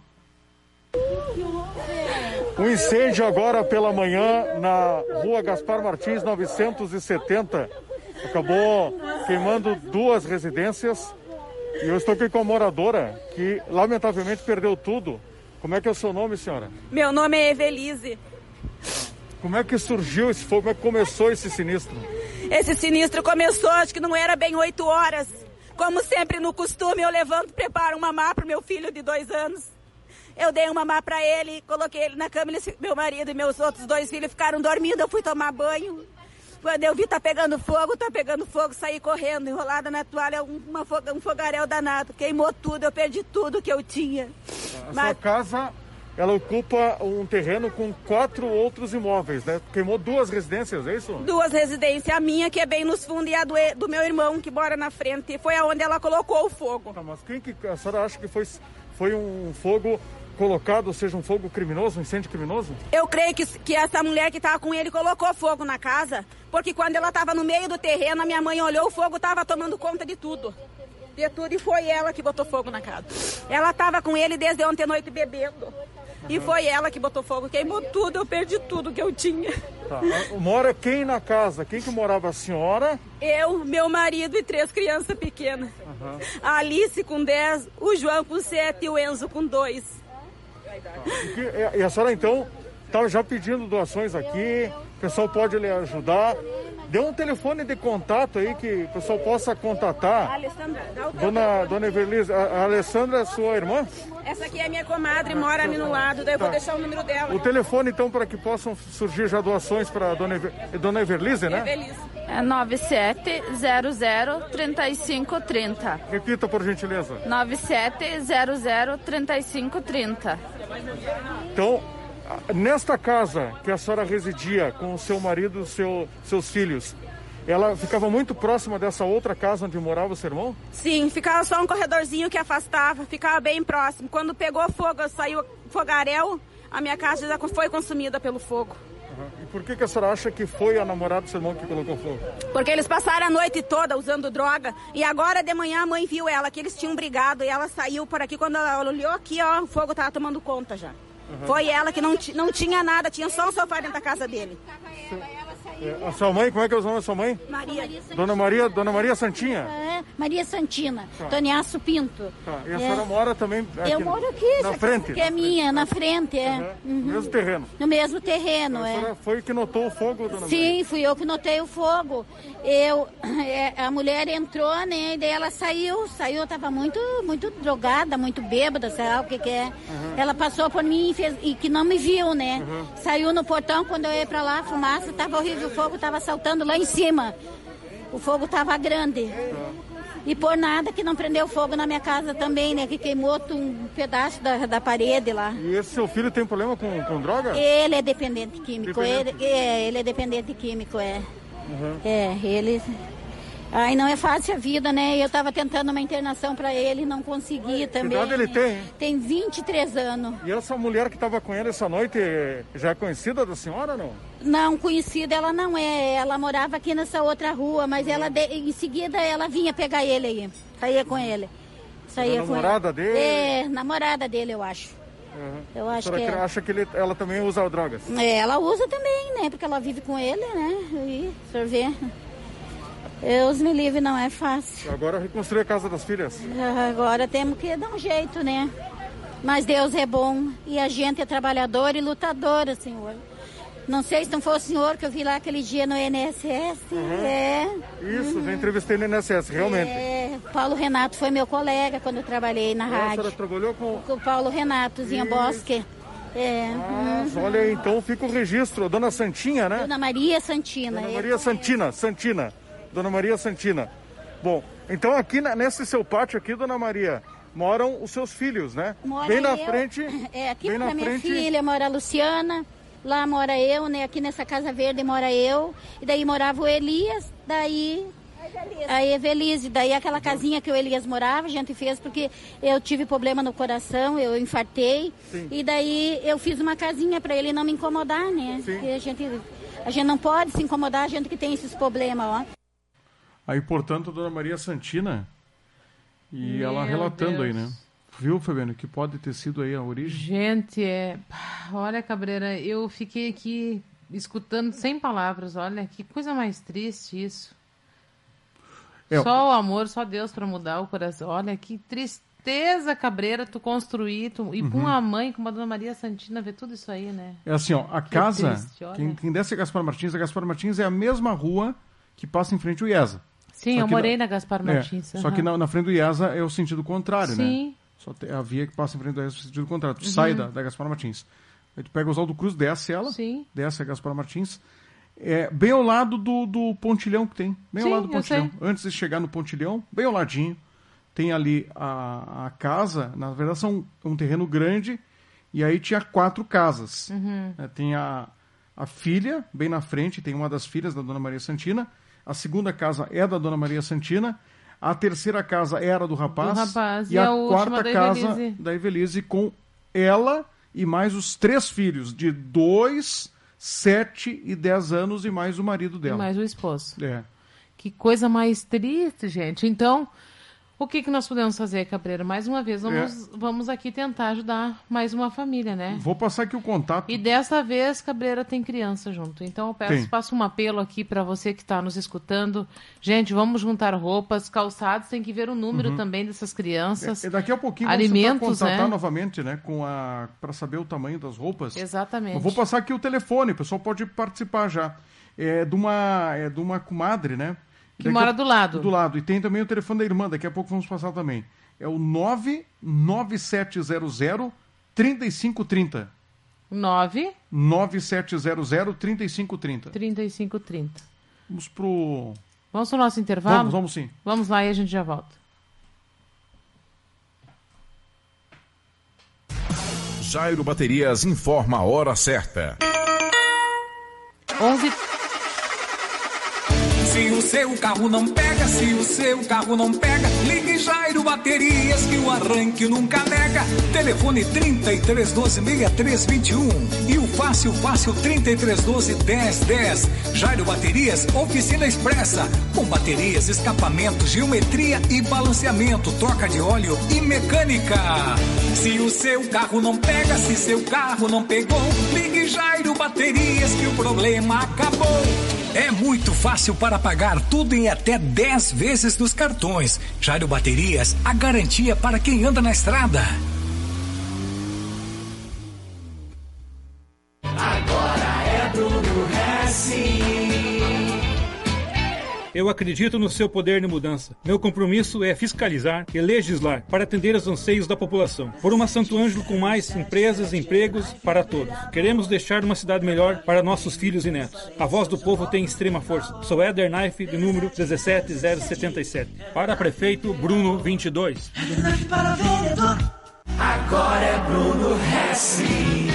Um incêndio agora pela manhã na rua Gaspar Martins, novecentos e setenta. Acabou queimando duas residências. E eu estou aqui com a moradora que, lamentavelmente, perdeu tudo. Como é que é o seu nome, senhora? Meu nome é Evelise. Como é que surgiu esse fogo? Como é que começou esse sinistro? Esse sinistro começou, acho que não era bem oito horas. Como sempre, no costume, eu levanto e preparo uma mamá para o meu filho de dois anos. Eu dei uma mamá para ele, coloquei ele na cama, ele, meu marido e meus outros dois filhos ficaram dormindo, eu fui tomar banho. Quando eu vi tá pegando fogo, tá pegando fogo, saí correndo, enrolada na toalha, uma, um fogaréu danado. Queimou tudo, eu perdi tudo que eu tinha. A Mas... sua casa ela ocupa um terreno com quatro outros imóveis, né? Queimou duas residências, é isso? Duas residências, a minha que é bem nos fundos e a do, do meu irmão que mora na frente. Foi aonde ela colocou o fogo. Tá, mas quem que a senhora acha que foi, foi um fogo colocado, ou seja, um fogo criminoso, um incêndio criminoso? Eu creio que, que essa mulher que estava com ele colocou fogo na casa, porque quando ela estava no meio do terreno, a minha mãe olhou, o fogo estava tomando conta de tudo. De tudo, e foi ela que botou fogo na casa. Ela estava com ele desde ontem à noite bebendo. E foi ela que botou fogo, queimou tudo, eu perdi tudo que eu tinha. Tá. Mora quem na casa? Quem que morava? A senhora? Eu, meu marido e três crianças pequenas. Uhum. A Alice com dez, o João com sete e o Enzo com dois. E a senhora, então, estava já pedindo doações aqui, o pessoal pode lhe ajudar. Dê um telefone de contato aí que o pessoal possa contatar. A Alessandra, dá o Dona, Dona Everlise, a, a Alessandra é sua irmã? Essa aqui é minha comadre, mora ali no lado, daí eu vou tá. deixar o número dela. O telefone, então, para que possam surgir já doações para a Dona, Ever, Dona Everlise, né? Everlise. É nove sete zero zero três cinco três zero. Repita, por gentileza. nove sete zero zero três cinco três zero. Então, nesta casa que a senhora residia com o seu marido e seu, seus filhos, ela ficava muito próxima dessa outra casa onde morava o seu irmão? Sim, ficava só um corredorzinho que afastava, ficava bem próximo. Quando pegou fogo, saiu fogaréu, a minha casa já foi consumida pelo fogo. Uhum. E por que, que a senhora acha que foi a namorada do seu irmão que colocou fogo? Porque eles passaram a noite toda usando droga e agora de manhã a mãe viu ela, que eles tinham brigado e ela saiu por aqui. Quando ela olhou aqui, ó, o fogo estava tomando conta já. Uhum. Foi ela que não, não tinha nada, tinha só um sofá dentro da casa dele. A sua mãe, como é que é o nome da sua mãe? Maria. Dona Maria, Dona Maria Santinha? É, Maria Santina, tá. Toniaço Pinto. Tá. E a é. senhora mora também aqui? Eu moro aqui. Na frente? Que é minha, na frente, é. Uhum. Uhum. No mesmo terreno? No mesmo terreno, a é. A senhora foi que notou o fogo, Dona Sim, Maria? fui eu que notei o fogo. Eu, a mulher entrou, né, e daí ela saiu, saiu, estava muito, muito drogada, muito bêbada, sei lá o que que é. Uhum. Ela passou por mim e, fez, e que não me viu, né. Uhum. Saiu no portão, quando eu ia pra lá, a fumaça, estava horrível, o fogo estava saltando lá em cima. O fogo estava grande. Uhum. E por nada que não prendeu fogo na minha casa também, né, que queimou um pedaço da, da parede lá. E esse seu filho tem problema com, com droga? Ele é dependente químico, dependente. Ele, é, ele é dependente químico, é. Uhum. É, ele... Ai, não é fácil a vida, né? Eu tava tentando uma internação para ele, não consegui também. Que idade ele tem? Tem vinte e três anos. E essa mulher que estava com ele essa noite, já é conhecida da senhora ou não? Não, conhecida ela não é. Ela morava aqui nessa outra rua, mas ela de... em seguida ela vinha pegar ele aí. Saía com ele. Saía com namorada ele. dele? É, namorada dele, eu acho. Uhum. Eu acho que é. acha que ele, ela também usa drogas? É, ela usa também, né? Porque ela vive com ele, né? E sorvê. Deus me livre, não é fácil. Agora reconstruir a casa das filhas? Agora temos que dar um jeito, né? Mas Deus é bom e a gente é trabalhadora e lutadora, Senhor. Não sei se não foi o senhor que eu vi lá aquele dia no I N S S. Uhum. É. Isso, uhum. já entrevistei no I N S S, realmente. É, Paulo Renato foi meu colega quando eu trabalhei na é, rádio. A senhora trabalhou com... Com o Paulo Renatozinho Isso. Bosque. É. Ah, uhum. Olha aí, então fica o registro. Dona Santinha, né? Dona Maria Santina. Dona Maria Santina, Santina. Dona Maria Santina. Bom, então aqui nesse seu pátio aqui, Dona Maria, moram os seus filhos, né? Mora bem na eu, frente. É, aqui bem mora na minha frente... filha, mora a Luciana, lá mora eu, né? Aqui nessa Casa Verde mora eu, e daí morava o Elias, daí a Evelise, daí aquela casinha que o Elias morava, a gente fez porque eu tive problema no coração, eu infartei, Sim. e daí eu fiz uma casinha para ele não me incomodar, né? Sim. Porque a gente, a gente não pode se incomodar, a gente que tem esses problemas, ó. Aí, portanto, a Dona Maria Santina, e Meu ela relatando Deus. aí, né? Viu, Fabiano, que pode ter sido aí a origem? Gente, é... Olha, Cabreira, eu fiquei aqui escutando sem palavras, olha, que coisa mais triste isso. É, só o amor, só Deus para mudar o coração. Olha, que tristeza, Cabreira, tu construir, tu... e uhum. com uma mãe, com uma Dona Maria Santina, ver tudo isso aí, né? É assim, ó, a que casa, triste, quem, quem desce a Gaspar Martins, a Gaspar Martins é a mesma rua que passa em frente ao IESA. Sim, eu morei na, na Gaspar Martins. É, uhum. Só que na, na frente do IESA é o sentido contrário, Sim. né? Só tem a via que passa em frente do IESA é o sentido contrário. Tu uhum. sai da, da Gaspar Martins. Aí tu pega o Oswaldo Cruz, desce ela, Sim. desce a Gaspar Martins, é, bem ao lado do, do pontilhão que tem. Bem Sim, ao lado do pontilhão. Eu sei. Antes de chegar no pontilhão, bem ao ladinho, tem ali a, a casa, na verdade são um terreno grande, E aí tinha quatro casas. Uhum. É, tem a, a filha, bem na frente, tem uma das filhas da Dona Maria Santina. A segunda casa é da Dona Maria Santina. A terceira casa era do rapaz. Do rapaz. E, e a, a quarta da casa Evelise. da Evelise com ela e mais os três filhos, de dois, sete e dez anos, e mais o marido dela. E mais o esposo. É. Que coisa mais triste, gente. Então, o que, que nós podemos fazer, Cabreira? Mais uma vez, vamos, é. vamos aqui tentar ajudar mais uma família, né? Vou passar aqui o contato. E dessa vez, Cabreira tem criança junto. Então, eu peço, tem. faço um apelo aqui para você que está nos escutando. Gente, vamos juntar roupas, calçados, tem que ver o número uhum. também dessas crianças. É, daqui a pouquinho alimentos, vamos contatar né? novamente, né? Com a, para saber o tamanho das roupas. Exatamente. Eu vou passar aqui o telefone, o pessoal pode participar já. É de uma, é de uma comadre, né? Que daqui mora a, do lado. Do lado. E tem também o telefone da irmã, daqui a pouco vamos passar também. É o nove nove sete zero zero, três cinco três zero. nove nove sete zero zero, três cinco três zero. trinta e cinco trinta. Vamos pro... Vamos pro nosso intervalo? Vamos, vamos sim. Vamos lá e a gente já volta. Jairo Baterias informa a hora certa. onze Se o seu carro não pega, se o seu carro não pega, ligue Jairo Baterias que o arranque nunca nega. Telefone trinta e três doze, sessenta e três vinte e um e o fácil, fácil trinta e três doze, dez dez. Jairo Baterias, oficina expressa, com baterias, escapamento, geometria e balanceamento, troca de óleo e mecânica. Se o seu carro não pega, se seu carro não pegou, ligue Jairo Baterias que o problema acabou. É muito fácil para pagar tudo em até dez vezes nos cartões. Jairo Baterias, a garantia para quem anda na estrada. Agora é Bruno Hesse. Eu acredito no seu poder de mudança. Meu compromisso é fiscalizar e legislar para atender aos anseios da população. Por uma Santo Ângelo com mais empresas e empregos para todos. Queremos deixar uma cidade melhor para nossos filhos e netos. A voz do povo tem extrema força. Sou Éder Naif, de número dezessete zero setenta e sete. Para prefeito, Bruno vinte e dois. Para vereador. Agora é Bruno Hesse.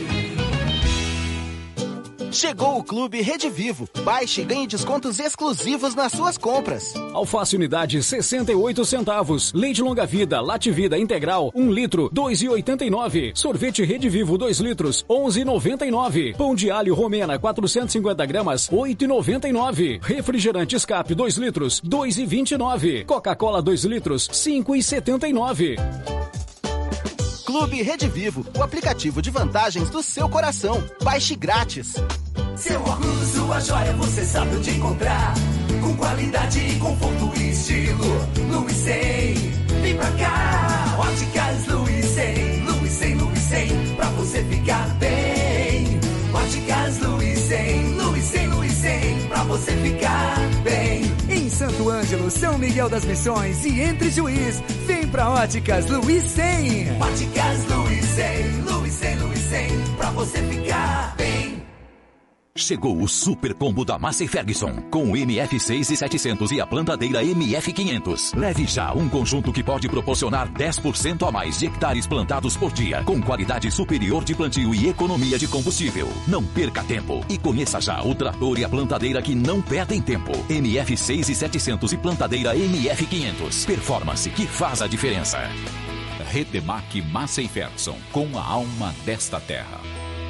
Chegou o Clube Rede Vivo. Baixe e ganhe descontos exclusivos nas suas compras. Alface unidade sessenta e oito centavos. Leite longa vida, Lativida integral, um litro, dois e oitenta e nove. Sorvete Rede Vivo, dois litros, onze e noventa e nove. Pão de alho Romena, quatrocentos e cinquenta gramas, oito e noventa e nove. Refrigerante Escape, dois litros, dois e vinte e nove. Coca-Cola, dois litros, cinco e setenta e nove. Clube Rede Vivo, o aplicativo de vantagens do seu coração. Baixe grátis. Seu óculos, sua joia, você sabe onde encontrar. Com qualidade, conforto e estilo. Luiz cem, vem pra cá. Óticas Luiz cem, Luiz cem, Luiz cem, pra você ficar bem. Óticas Luiz cem, Luiz cem, Luiz cem, pra você ficar bem. Em Santo Ângelo, São Miguel das Missões e Entre Juiz, vem pra Óticas Luiz cem. Óticas Luiz cem, Luiz cem, Luiz cem, pra você ficar bem. Chegou o super combo da Massey Ferguson, com o M F seis e setecentos e a plantadeira M F quinhentos. Leve já um conjunto que pode proporcionar dez por cento a mais de hectares plantados por dia, com qualidade superior de plantio e economia de combustível. Não perca tempo e conheça já o trator e a plantadeira que não perdem tempo. M F seis e setecentos e plantadeira M F quinhentos. Performance que faz a diferença. Redemac Massey Ferguson, com a alma desta terra.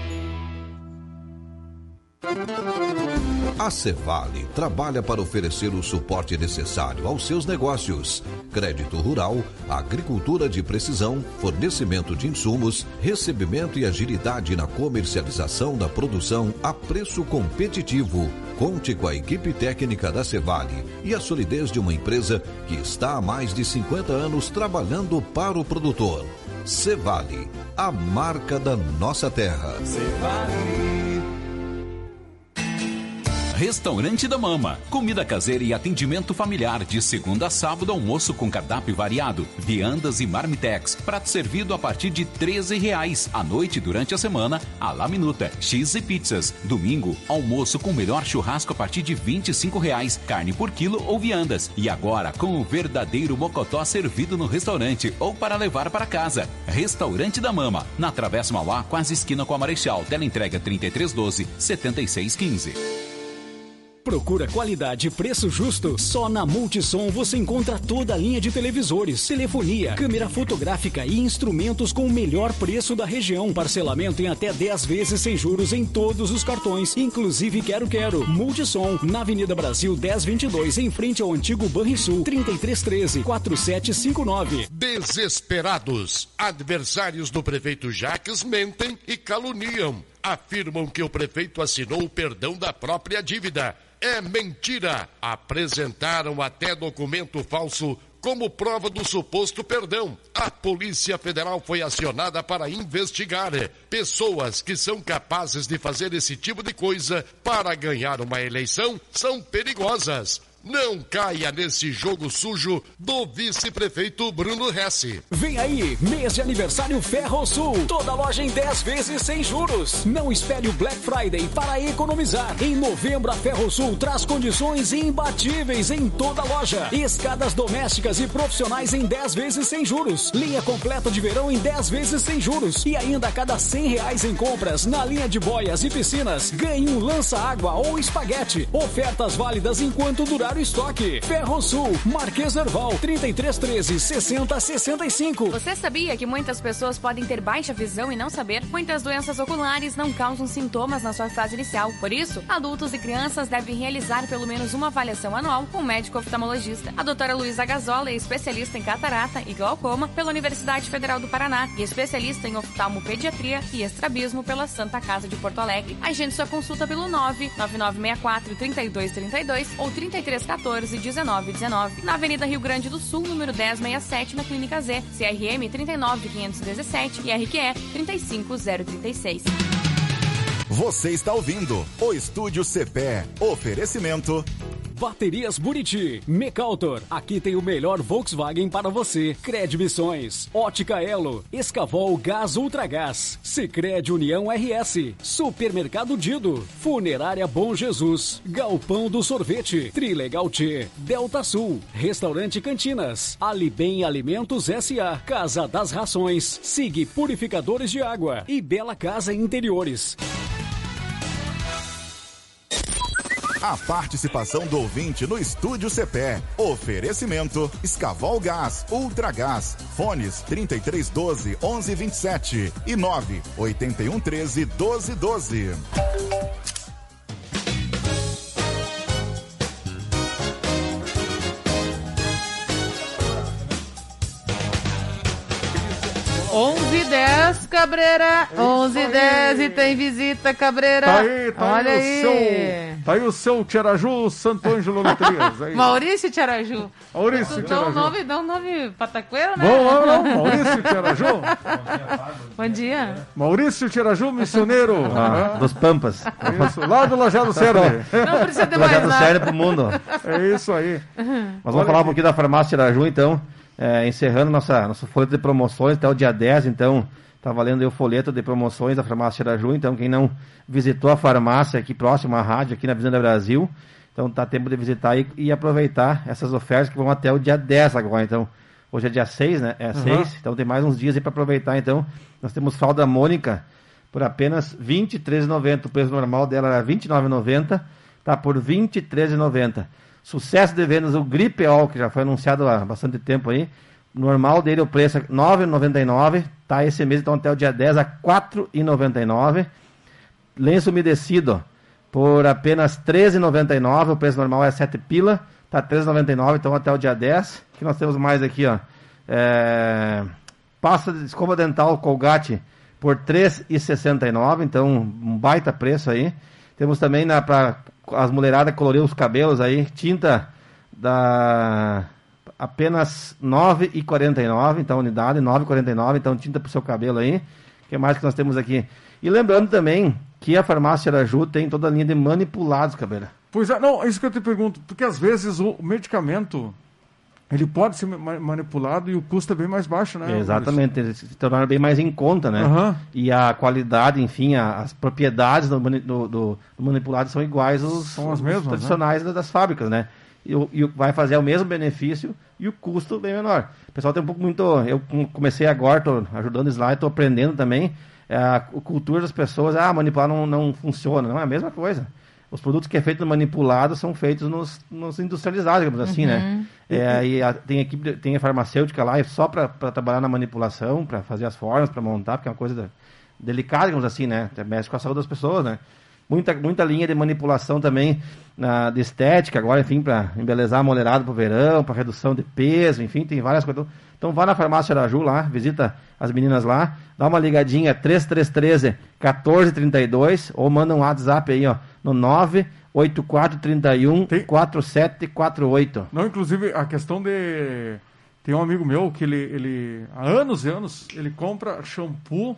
A Cevale trabalha para oferecer o suporte necessário aos seus negócios. Crédito rural, agricultura de precisão, fornecimento de insumos, recebimento e agilidade na comercialização da produção a preço competitivo. Conte com a equipe técnica da Cevale e a solidez de uma empresa que está há mais de cinquenta anos trabalhando para o produtor. Cevale, a marca da nossa terra. Cevale. Restaurante da Mama. Comida caseira e atendimento familiar de segunda a sábado, almoço com cardápio variado, viandas e marmitex. Prato servido a partir de treze reais. À noite, durante a semana, a La Minuta, X e pizzas. Domingo, almoço com melhor churrasco a partir de vinte e cinco reais. Carne por quilo ou viandas. E agora, com o verdadeiro mocotó servido no restaurante ou para levar para casa. Restaurante da Mama. Na Travessa Mauá, quase esquina com a Marechal. Teleentrega trinta e três doze, setenta e seis quinze. Procura qualidade e preço justo? Só na Multissom você encontra toda a linha de televisores, telefonia, câmera fotográfica e instrumentos com o melhor preço da região. Parcelamento em até dez vezes sem juros em todos os cartões, inclusive Quero Quero. Multissom, na Avenida Brasil dez vinte e dois, em frente ao antigo Banrisul, trinta e três treze, quarenta e sete cinquenta e nove. Desesperados, adversários do prefeito Jacques mentem e caluniam. Afirmam que o prefeito assinou o perdão da própria dívida. É mentira! Apresentaram até documento falso como prova do suposto perdão. A Polícia Federal foi acionada para investigar. Pessoas que são capazes de fazer esse tipo de coisa para ganhar uma eleição são perigosas. Não caia nesse jogo sujo do vice-prefeito Bruno Hesse. Vem aí, mês de aniversário Ferrosul. Toda loja em dez vezes sem juros. Não espere o Black Friday para economizar. Em novembro, a Ferrosul traz condições imbatíveis em toda loja. Escadas domésticas e profissionais em dez vezes sem juros. Linha completa de verão em dez vezes sem juros. E ainda a cada cem reais em compras na linha de boias e piscinas, ganhe um lança-água ou espaguete. Ofertas válidas enquanto durar o estoque. Ferrosul, Marquês Erval, trinta e três treze, sessenta sessenta e cinco. Você sabia que muitas pessoas podem ter baixa visão e não saber? Muitas doenças oculares não causam sintomas na sua fase inicial. Por isso, adultos e crianças devem realizar pelo menos uma avaliação anual com um médico oftalmologista. A doutora Luísa Gazola é especialista em catarata e glaucoma pela Universidade Federal do Paraná e especialista em oftalmopediatria e estrabismo pela Santa Casa de Porto Alegre. Agende sua consulta pelo nove nove nove seis quatro, três dois três dois ou trinta e três quatorze, dezenove dezenove. Na Avenida Rio Grande do Sul, número dez sessenta e sete, na Clínica Z, C R M trinta e nove quinhentos e dezessete e R Q E trinta e cinco zero trinta e seis. Você está ouvindo o Estúdio C P E. Oferecimento Baterias Buriti, Mecautor, aqui tem o melhor Volkswagen para você. Credmissões, Ótica Elo, Escavol Gás Ultragás, Sicredi União R S, Supermercado Dido, Funerária Bom Jesus, Galpão do Sorvete, Trilegal T, Delta Sul, Restaurante Cantinas, Alibem Alimentos S A, Casa das Rações, Sig Purificadores de Água e Bela Casa Interiores. A participação do ouvinte no Estúdio C P E. Oferecimento Escavol Gás, Ultragás. Fones trinta e três doze, onze vinte e sete e nove oitenta e um treze, doze doze. onze e dez, Cabreira. onze e dez e tem visita, Cabreira. Tá aí, tá Olha aí, aí. O seu, tá aí o seu Tiaraju Santo Ângelo Loterias. Aí. Maurício Tiaraju. Maurício Dá um Tiaraju. nome, dá um nome pataqueiro, né? Vamos lá, não. Maurício Tiaraju. Bom dia. Maurício Tiaraju, missioneiro. Ah, dos Pampas. Isso, lá do Lajado Sérgio. Não precisa ter mais Lajado nada. Sérgio pro mundo. É isso aí. Mas vamos falar um pouquinho da farmácia Tiaraju, então. É, encerrando nossa, nosso folheto de promoções até o dia dez, então, tá valendo aí o folheto de promoções da farmácia Tiaraju. Então, quem não visitou a farmácia aqui próximo à rádio, aqui na Avenida Brasil, então tá tempo de visitar e, e aproveitar essas ofertas que vão até o dia dez agora. Então, hoje é dia seis, né? É seis, uhum. Então tem mais uns dias aí para aproveitar. Então, nós temos fralda Mônica por apenas vinte e três reais e noventa centavos. O preço normal dela era vinte e nove reais e noventa centavos, tá por vinte e três reais e noventa centavos. Sucesso de vendas, o Gripeol, que já foi anunciado há bastante tempo aí. Normal dele, o preço é nove reais e noventa e nove centavos, tá? Esse mês, então, até o dia dez, a quatro reais e noventa e nove centavos. Lenço umedecido, por apenas treze reais e noventa e nove centavos, o preço normal é sete pila, tá treze reais e noventa e nove centavos, então, até o dia dez. Que nós temos mais aqui, ó. É... Pasta de escova dental Colgate, por três reais e sessenta e nove centavos, então, um baita preço aí. Temos também, na, pra as mulheradas colorir os cabelos aí, tinta da apenas nove reais e quarenta e nove centavos, então unidade, nove reais e quarenta e nove centavos, então tinta pro seu cabelo aí. O que mais que nós temos aqui? E lembrando também que a farmácia Tiaraju tem toda a linha de manipulados, Cabreira. Pois é, não, é isso que eu te pergunto, porque às vezes o medicamento, ele pode ser ma- manipulado e o custo é bem mais baixo, né? Exatamente, ele se torna bem mais em conta, né? Uhum. E a qualidade, enfim, a, as propriedades do, mani- do, do, do manipulado são iguais aos, São as aos mesmas, tradicionais né? das fábricas, né? E, o- e o- vai fazer o mesmo benefício e o custo bem menor. O pessoal tem um pouco muito... Eu com- comecei agora, estou ajudando o slide, estou aprendendo também é, a cu- cultura das pessoas. Ah, manipular não, não funciona. Não é a mesma coisa. Os produtos que é feito no manipulado são feitos nos, nos industrializados, digamos assim, Uhum. né? É, e a, tem equipe, tem a farmacêutica lá só para trabalhar na manipulação, para fazer as formas, para montar, porque é uma coisa da- delicada, digamos assim, né? Mexe com a saúde das pessoas, né? Muita, muita linha de manipulação também na, de estética, agora, enfim, para embelezar a mulherada pro verão, para redução de peso, enfim, tem várias coisas. Então, vá na farmácia Araju lá, visita as meninas lá, dá uma ligadinha três três um três, um quatro três dois ou manda um WhatsApp aí, ó, no nove oito quatro três um, quatro sete quatro oito. Não, inclusive, a questão de... Tem um amigo meu que ele, ele há anos e anos, ele compra shampoo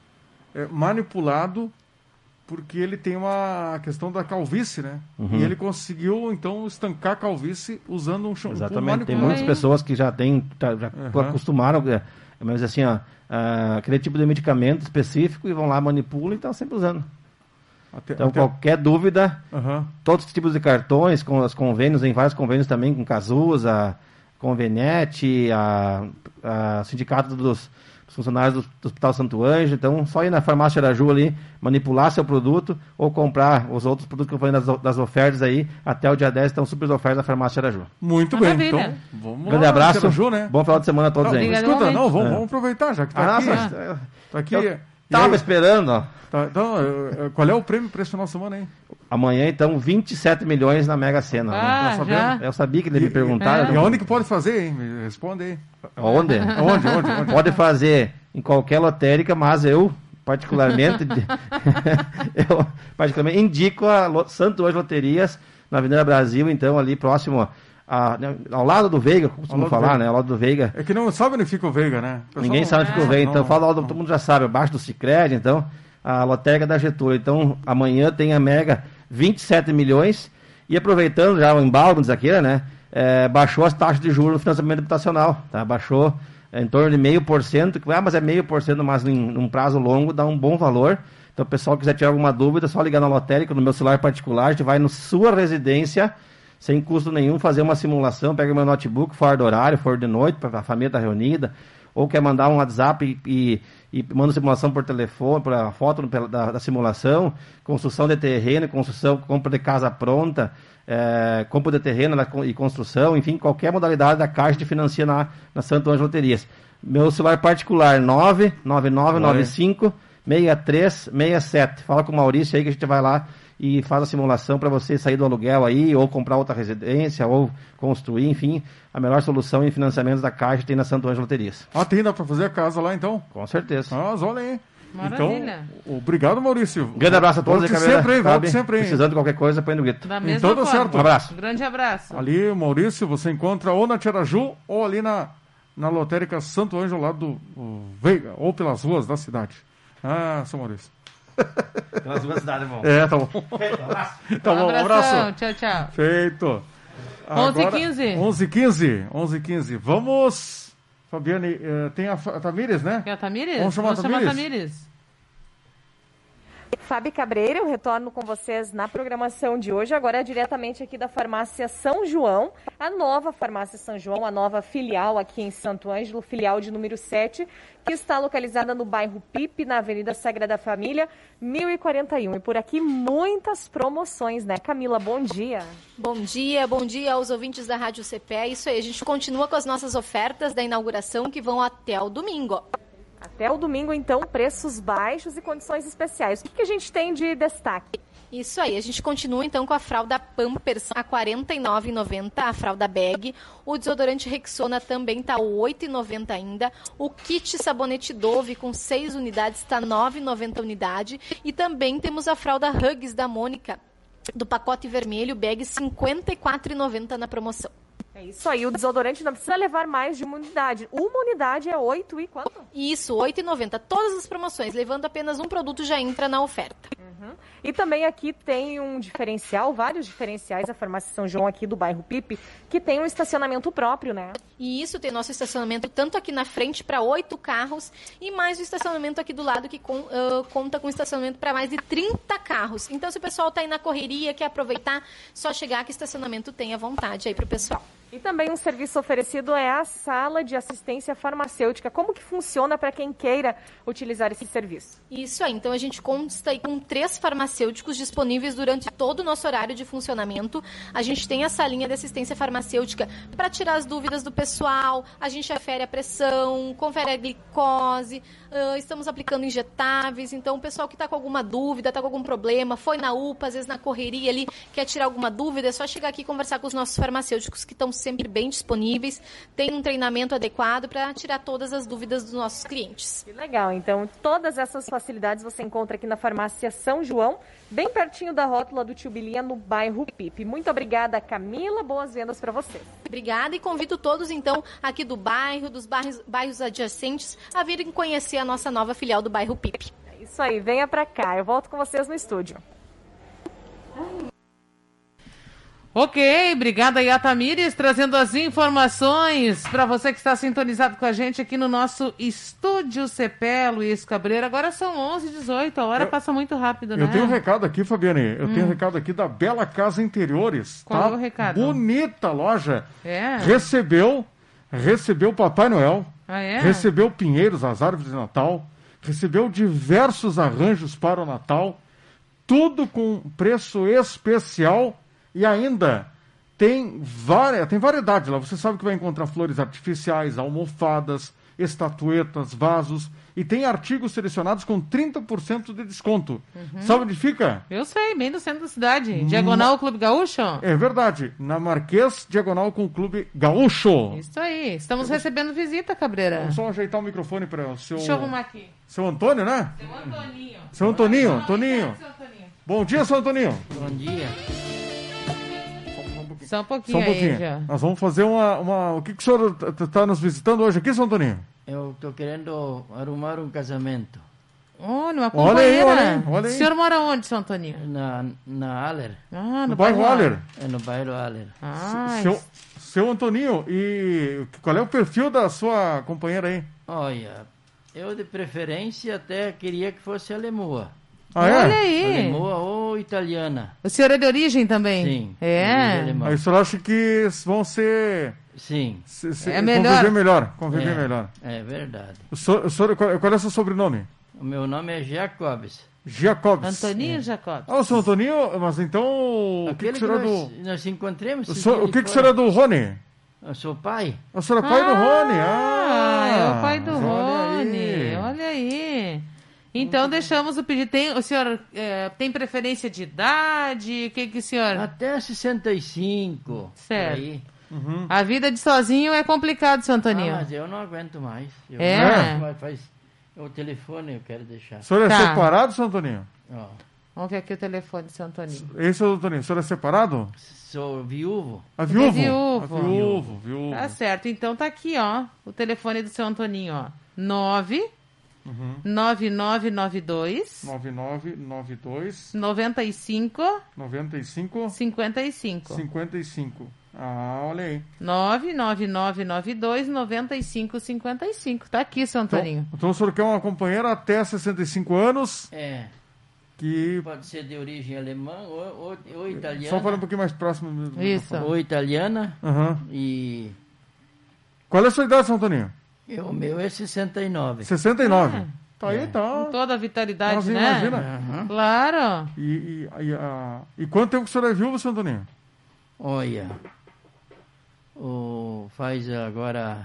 é, manipulado porque ele tem uma questão da calvície, né? Uhum. E ele conseguiu, então, estancar a calvície usando um shampoo Exatamente, manipulado. tem muitas pessoas que já têm, já, já Uhum. acostumaram, é, mas assim, ó, ah, aquele tipo de medicamento específico e vão lá, manipulam e estão sempre usando. Até, Então, até... qualquer dúvida, Uhum. todos os tipos de cartões, com os convênios, em vários convênios também, com Casusa, Convenete, a, a Sindicato dos, dos Funcionários do, do Hospital Santo Anjo. Então, só ir na farmácia Araju ali, manipular seu produto ou comprar os outros produtos que eu falei das, das ofertas aí. Até o dia dez estão super ofertas da farmácia Araju. Muito Maravilha. bem, então vamos Grande lá, abraço, Araju, né? bom final de semana a todos Não, aí. escuta, não, vamos, É. vamos aproveitar, já que tá Ah, aqui. nossa, Tá aqui. eu E tava aí? esperando, ó. Tá, então, eh, eh, qual é o prêmio para esse final de semana aí? Amanhã, então, vinte e sete milhões na Mega Sena. Ah, né? já? Eu sabia que ele me perguntar. E onde que pode fazer, hein? Me responde aí. Onde? Onde, onde, onde? Pode fazer em qualquer lotérica, mas eu, particularmente, eu particularmente indico a Lo- Santo Anjo Loterias, na Avenida Brasil, então, ali próximo, a, né, ao lado do Veiga, como costumam lado do falar, Veiga. né? Ao lado do Veiga. É que não sabe onde fica o Veiga, né? O pessoal Ninguém não- sabe onde fica o Ah, Veiga, não, então fala, não. ao- todo mundo já sabe, abaixo do Sicredi, então, a lotérica da Getúlio. Então, amanhã tem a Mega vinte e sete milhões, e aproveitando já o embalo diz aqui, né? É, baixou as taxas de juros no financiamento habitacional, tá? Baixou é, em torno de meio por cento, ah, mas é meio por cento, mas em num prazo longo dá um bom valor. Então, o pessoal que quiser tirar alguma dúvida, é só ligar na lotérica, no meu celular particular, a gente vai na sua residência, sem custo nenhum, fazer uma simulação, pega o meu notebook, fora do horário, fora de noite, para a família estar reunida, ou quer mandar um WhatsApp e, e, e manda simulação por telefone, por a foto pela- da, da simulação, construção de terreno, construção, compra de casa pronta, é, compra de terreno na- e construção, enfim, qualquer modalidade da Caixa de financia na, na Santo Anjo Loterias. Meu celular particular, nove nove nove nove cinco seis três seis sete. Fala com o Maurício aí que a gente vai lá e faz a simulação para você sair do aluguel aí, ou comprar outra residência, ou construir, enfim, a melhor solução em financiamentos da Caixa tem na Santo Anjo Loterias. Ah, tem, dá pra fazer a casa lá então? Com certeza. Ah, mas olha aí. Maravilha. Então, obrigado, Maurício. Grande abraço a todos. Volte aí, Caveira, sempre, hein? sabe? Volte sempre, hein? Precisando de qualquer coisa, põe no grito. Da Então mesma tá forma. certo. Um abraço. Grande abraço. Ali, Maurício, você encontra ou na Tiaraju ou ali na, na lotérica Santo Anjo, lá do o Veiga, ou pelas ruas da cidade. Ah, seu Maurício. Pelas duas cidades, irmão. É, tá bom. Feito, um abraço. Tá bom, um abração. abraço. Tchau, tchau. Feito. onze e Agora, quinze. onze e quinze. onze e quinze. Vamos, Fabiane, eh, tem a, Fa- a Tamires, né? Quer a Tamires? Vamos chamar a chamar a Tamires? Tamires. Fábio Cabreira, eu retorno com vocês na programação de hoje, agora diretamente aqui da Farmácia São João, a nova Farmácia São João, a nova filial aqui em Santo Ângelo, filial de número sete, que está localizada no bairro Pipe, na Avenida Sagrada Família, mil e quarenta e um. E por aqui muitas promoções, né? Camila, bom dia. Bom dia, bom dia aos ouvintes da Rádio C P. É isso aí, a gente continua com as nossas ofertas da inauguração que vão até o domingo. Até o domingo, então, preços baixos e condições especiais. O que, que a gente tem de destaque? Isso aí, a gente continua então com a fralda Pampers a quarenta e nove reais e noventa centavos, a fralda Bag. O desodorante Rexona também está oito reais e noventa centavos ainda. O kit sabonete Dove com seis unidades está nove reais e noventa centavos unidade. E também temos a fralda Huggies da Mônica, do pacote vermelho, bag cinquenta e quatro reais e noventa centavos na promoção. É isso aí, o desodorante não precisa levar mais de uma unidade. Uma unidade é oito e quanto? Isso, oito reais e noventa centavos. Todas as promoções, levando apenas um produto já entra na oferta. Uhum. E também aqui tem um diferencial, vários diferenciais, a Farmácia São João aqui do bairro Pipe, que tem um estacionamento próprio, né? E isso, tem nosso estacionamento tanto aqui na frente para oito carros e mais o estacionamento aqui do lado que com, uh, conta com estacionamento para mais de trinta carros. Então, se o pessoal tá aí na correria, quer aproveitar, só chegar que estacionamento tem à vontade aí pro pessoal. E também um serviço oferecido é a sala de assistência farmacêutica. Como que funciona para quem queira utilizar esse serviço? Isso aí, então a gente consta aí com três farmacêuticos disponíveis durante todo o nosso horário de funcionamento. A gente tem essa linha de assistência farmacêutica para tirar as dúvidas do pessoal, a gente afere a pressão, confere a glicose, uh, estamos aplicando injetáveis, então o pessoal que está com alguma dúvida, está com algum problema, foi na U P A, às vezes na correria ali, quer tirar alguma dúvida, é só chegar aqui e conversar com os nossos farmacêuticos que estão sempre bem disponíveis, tem um treinamento adequado para tirar todas as dúvidas dos nossos clientes. Que legal, então todas essas facilidades você encontra aqui na Farmácia São João, bem pertinho da rótula do Tio Bilinha, no bairro Pipe. Muito obrigada, Camila, boas vendas para você. Obrigada e convido todos então aqui do bairro, dos bairros, bairros adjacentes, a virem conhecer a nossa nova filial do bairro Pipe. É isso aí, venha para cá, eu volto com vocês no estúdio. Ok, obrigada Yatamires, trazendo as informações para você que está sintonizado com a gente aqui no nosso Estúdio C P, Luiz Cabreira. Agora são onze e dezoito, a hora eu, passa muito rápido, né? Eu tenho um recado aqui, Fabiane, eu hum. tenho um recado aqui da Bela Casa Interiores. Qual tá? é o recado? Bonita loja. É. Recebeu, recebeu Papai Noel, ah, é? recebeu pinheiros, as árvores de Natal, recebeu diversos arranjos para o Natal, tudo com preço especial. E ainda tem, vari... tem variedade lá. Você sabe que vai encontrar flores artificiais, almofadas, estatuetas, vasos. E tem artigos selecionados com trinta por cento de desconto. Uhum. Sabe onde fica? Eu sei, bem no centro da cidade. Diagonal Clube Gaúcho? É verdade. Na Marquês, diagonal com o Clube Gaúcho. Isso aí. Estamos Eu... recebendo visita, Cabreira. Vamos só ajeitar o microfone para o seu... Deixa eu arrumar aqui. Seu Antônio, né? Seu Antoninho. Seu Antoninho. Antoninho. Bom dia, seu Antoninho. Bom dia. Só um pouquinho, Só um pouquinho. aí, já. Nós vamos fazer uma... uma... O que, que o senhor está nos visitando hoje aqui, seu Antoninho? Eu estou querendo arrumar um casamento. Olha, uma companheira. Olha aí, olha aí, olha aí. O senhor mora onde, seu Antoninho? Na, na Aller. Ah, no, no bairro Aller. É no bairro Aller. Ah, seu, seu Antoninho, e qual é o perfil da sua companheira aí? Olha, eu de preferência até queria que fosse alemã. Ah, é? Olha aí. Alemã ou italiana. O senhor é de origem também? Sim. É. Aí o senhor acha que vão ser... Sim. Se, se, é melhor. Conviver melhor. Conviver é, melhor. É verdade. O senhor, o senhor, qual, qual é o seu sobrenome? O meu nome é Jacobs. Jacobs. Antoninho é. Jacobs. Ah, o seu Antoninho, mas então... Aquele o que, que, que o senhor nós, é do... nós encontremos. O, so, o que, que o senhor é do Rony? Eu sou pai. O senhor é pai ah, do Rony. Ah, é o pai do olha Rony. Aí. Olha aí. Então hum. deixamos o pedido. Tem, o senhor é, tem preferência de idade? O que que o senhor... Até sessenta e cinco. Certo. Aí. Uhum. A vida de sozinho é complicado, seu Antoninho. Ah, mas eu não aguento mais. Eu é? Não aguento mais. Faz... O telefone eu quero deixar. O senhor é tá. separado, seu Antoninho? Ó. Vamos ver aqui o telefone, seu Antoninho. Esse é o Antoninho. O senhor é separado? Sou viúvo. Ah, viúvo? É viúvo. Ah, viúvo, viúvo. Tá certo. Então tá aqui, ó. O telefone do seu Antoninho, ó. nove Uhum. nove nove nove dois nove nove nove dois noventa e cinco noventa e cinco cinquenta e cinco cinquenta e cinco. Ah, olha aí. nove nove nove nove dois noventa e cinco cinquenta e cinco. Tá aqui, seu Antoninho. Então, então o senhor quer uma companheira até sessenta e cinco anos? É. Que... Pode ser de origem alemã ou, ou, ou italiana. Só falando um pouquinho mais próximo. Do Isso. Ou italiana. Uhum. E... Qual é a sua idade, seu Antoninho? O meu é sessenta e nove. sessenta e nove. É. Tá aí, é. tá. Com toda a vitalidade, Nossa, né? Imagina. Uhum. Claro. E, e, e, a... e quanto tempo que o senhor é viúvo, seu Antoninho? Olha, o... faz agora...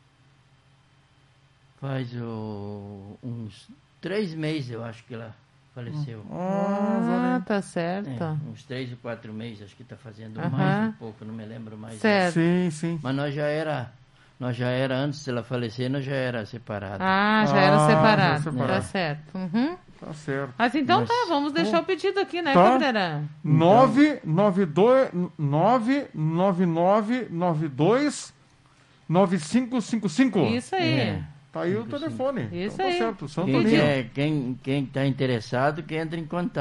Faz o... uns três meses, eu acho que ela faleceu. Ah, ah tá certo. É, uns três ou quatro meses, acho que está fazendo uhum. mais um pouco, não me lembro mais. Certo. Sim, sim. Mas nós já era... Nós já era, antes dela falecer, nós já era separado. Ah, já ah, era separado. separado. Tá certo. Uhum. Tá certo. Mas então Mas, tá, vamos deixar o pedido aqui, né, tá. Cabreira? nove nove dois nove nove nove nove dois nove cinco cinco cinco. Isso aí. É. Tá aí o telefone. Isso então, aí. Tá certo. São quem, quer, quem, quem tá interessado, que entre em contato.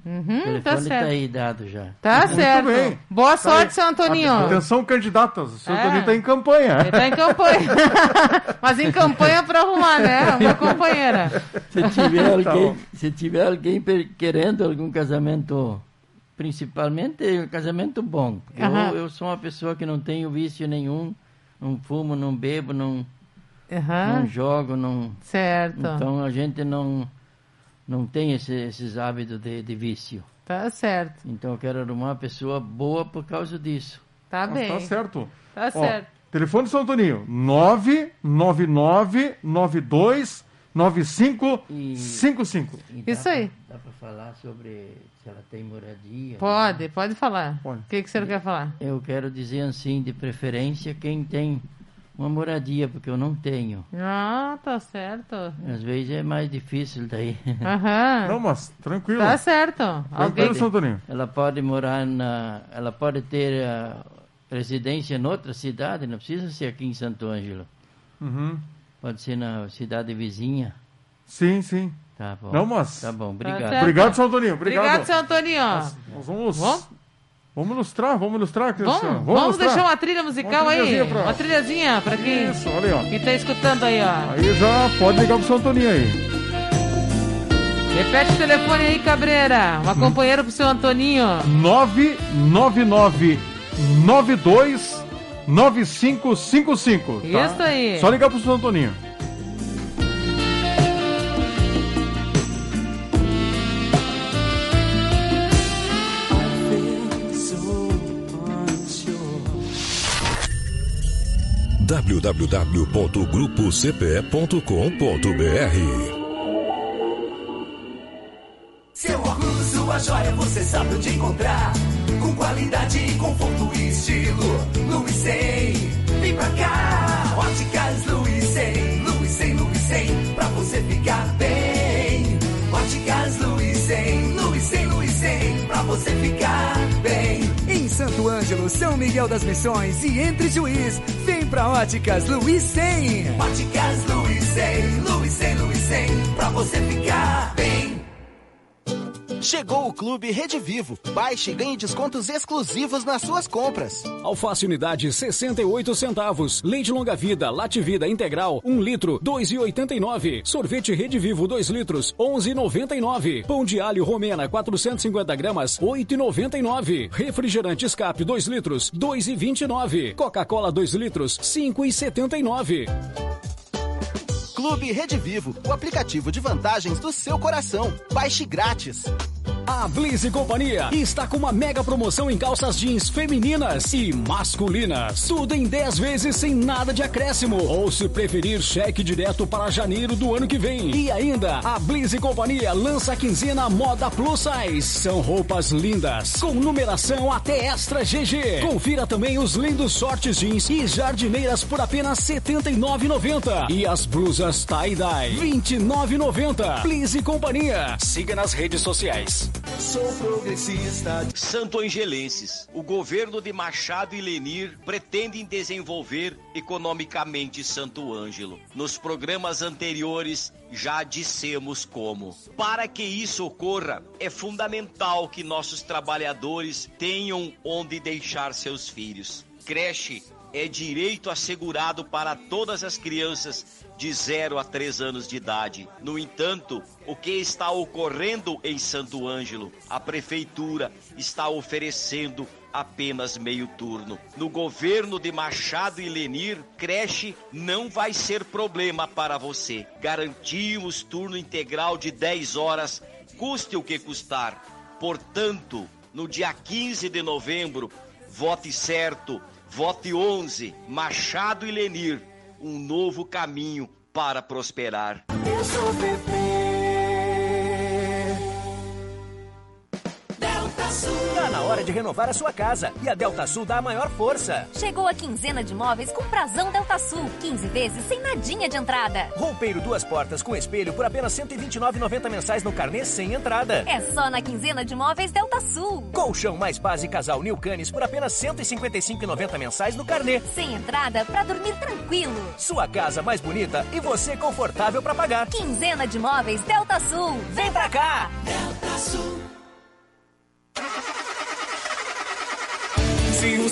Uhum, o telefone tá tá certo. aí dado já. Tá Muito certo. bem. Boa Tá sorte, aí. seu Antoninho. Atenção, candidatas. O seu É. Antoninho está em campanha. Ele tá em campanha. Mas em campanha pra arrumar, né? Uma companheira. Se tiver Tá alguém, bom. se tiver alguém per- querendo algum casamento, principalmente um casamento bom. Eu, Aham. eu sou uma pessoa que não tenho vício nenhum, não fumo, não bebo, não, Aham. não jogo, não. Certo. Então a gente não não tem esse- esses hábitos de, de vício. Tá certo. Então eu quero arrumar uma pessoa boa por causa disso. Tá Ah, bem. tá certo. Tá Ó, certo. telefone de São Antoninho, nove nove nove nove dois nove cinco cinco cinco. E dá Isso pra- aí. Dá para falar sobre se ela tem moradia? Pode, pode falar. O que, que você quer falar? Eu quero dizer assim, de preferência, quem tem uma moradia, porque eu não tenho. Ah, tá certo. Às vezes é mais difícil daí. Aham. Não, mas tranquilo. Tá certo. Alguém... Tranquilo, São Antoninho. Ela pode morar na... Ela pode ter a residência em outra cidade, não precisa ser aqui em Santo Ângelo. Uhum. Pode ser na cidade vizinha. Sim, sim. Tá bom. Não, mas... Tá bom, Tá obrigado. certo. Obrigado, São Antoninho. Obrigado. Obrigado, seu Antoninho. Nós, nós vamos... Vamos? Vamos ilustrar, vamos ilustrar, Vamos, Cristiano. vamos, ilustrar. deixar uma trilha musical Uma aí. trilhazinha pra- Uma trilhazinha pra quem, Isso, olha aí, ó. quem tá escutando aí, ó. Aí já pode ligar pro São Antoninho aí. Repete o telefone aí, Cabreira. Uma companheira pro seu Antoninho. nove nove nove nove dois nove cinco cinco cinco. Tá? Isso aí. Só ligar pro São Antoninho. w w w ponto grupo c p e ponto com ponto b r. Seu óculos, sua joia, você sabe onde encontrar. Com qualidade, conforto e estilo. Luiz cem, vem pra cá. Óticas Luiz cem, Luiz cem, Luiz cem, pra você ficar bem. Óticas Luiz cem, Luiz cem, Luiz cem, pra você ficar bem. Em Santo Ângelo, São Miguel das Missões e Entre Juiz, vem pra Óticas Luiz cem. Óticas Luiz cem, Luiz cem, Luiz cem, pra você ficar bem. Chegou o Clube Rede Vivo. Baixe e ganhe descontos exclusivos nas suas compras. Alface unidade sessenta e oito centavos. Leite longa vida, Lativida integral, um litro, dois e oitenta e nove. Sorvete Rede Vivo, dois litros, onze e noventa e nove. Pão de alho Romena, quatrocentos e cinquenta gramas, oito e noventa e nove. Refrigerante Escape, dois litros, dois e vinte e nove. Coca-Cola, dois litros, cinco e setenta e nove. Clube Rede Vivo, o aplicativo de vantagens do seu coração. Baixe grátis. A Bliss e Companhia está com uma mega promoção em calças jeans femininas e masculinas. Tudo em dez vezes sem nada de acréscimo. Ou se preferir, cheque direto para janeiro do ano que vem. E ainda, a Bliss e Companhia lança a quinzena Moda Plus Size. São roupas lindas, com numeração até Extra G G. Confira também os lindos shorts jeans e jardineiras por apenas setenta e nove reais e noventa centavos. E as blusas tie-dye, vinte e nove reais e noventa centavos. Bliss e Companhia. Siga nas redes sociais. Sou progressista. Santo Angelenses, o governo de Machado e Lenir pretende desenvolver economicamente Santo Ângelo. Nos programas anteriores já dissemos como. Para que isso ocorra, é fundamental que nossos trabalhadores tenham onde deixar seus filhos. Creche é direito assegurado para todas as crianças de zero a três anos de idade. No entanto, o que está ocorrendo em Santo Ângelo? A prefeitura está oferecendo apenas meio turno. No governo de Machado e Lenir, creche não vai ser problema para você. Garantimos turno integral de dez horas, custe o que custar. Portanto, no dia quinze de novembro, vote certo. Vote onze, Machado e Lenir, um novo caminho para prosperar. Eu sou P P. Delta Sul. Tá na hora de renovar a sua casa e a Delta Sul dá a maior força. Chegou a quinzena de móveis com prazão Delta Sul. quinze vezes sem nadinha de entrada. Roupeiro duas portas com espelho por apenas cento e vinte e nove reais e noventa centavos mensais no carnê sem entrada. É só na quinzena de móveis Delta Sul. Colchão mais base casal New Canis por apenas cento e cinquenta e cinco reais e noventa centavos mensais no carnê. Sem entrada pra dormir tranquilo. Sua casa mais bonita e você confortável pra pagar. Quinzena de móveis Delta Sul. Vem pra cá! Delta Sul.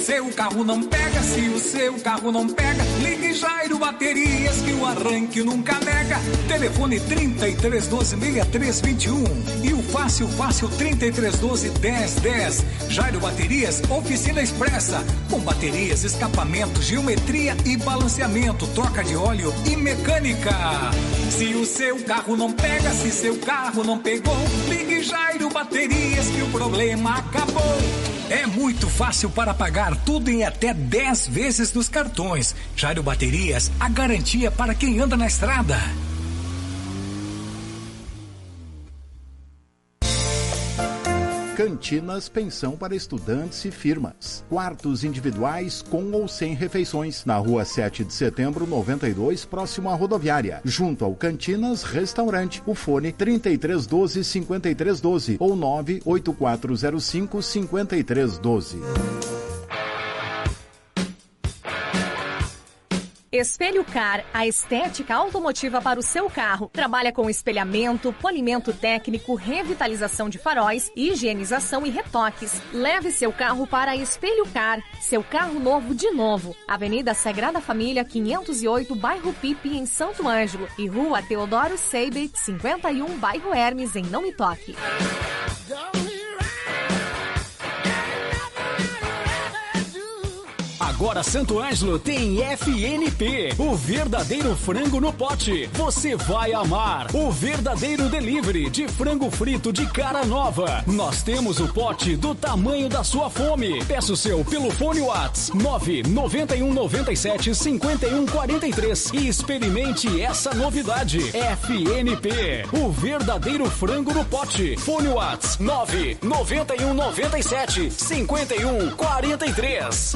seu carro não pega, se o seu carro não pega, ligue Jairo Baterias que o arranque nunca nega. Telefone trinta e três doze, sessenta e três vinte e um e o fácil, fácil trinta e três doze, dez dez. Jairo Baterias, oficina expressa, com baterias, escapamento, geometria e balanceamento, troca de óleo e mecânica. Se o seu carro não pega, se seu carro não pegou, ligue Jairo Baterias que o problema acabou. É muito fácil para pagar tudo em até dez vezes nos cartões. Jairo Baterias, a garantia para quem anda na estrada. Cantinas Pensão para Estudantes e Firmas. Quartos individuais com ou sem refeições. Na rua sete de setembro, noventa e dois, próximo à rodoviária. Junto ao Cantinas Restaurante. O fone trinta e três doze, cinquenta e três doze ou nove oito quatro zero cinco, cinquenta e três doze. Espelho Car, a estética automotiva para o seu carro. Trabalha com espelhamento, polimento técnico, revitalização de faróis, higienização e retoques. Leve seu carro para Espelho Car, seu carro novo de novo. Avenida Sagrada Família, quinhentos e oito, bairro Pipe, em Santo Ângelo. E Rua Teodoro Seibert, cinquenta e um, bairro Hermes, em Não Me Toque. Agora Santo Ângelo tem F N P, o verdadeiro frango no pote. Você vai amar o verdadeiro delivery de frango frito de cara nova. Nós temos o pote do tamanho da sua fome. Peça o seu pelo fone Whats nove nove um nove sete cinco um quatro três e experimente essa novidade. F N P, o verdadeiro frango no pote. Fone Whats nove nove um nove sete cinco um quatro três.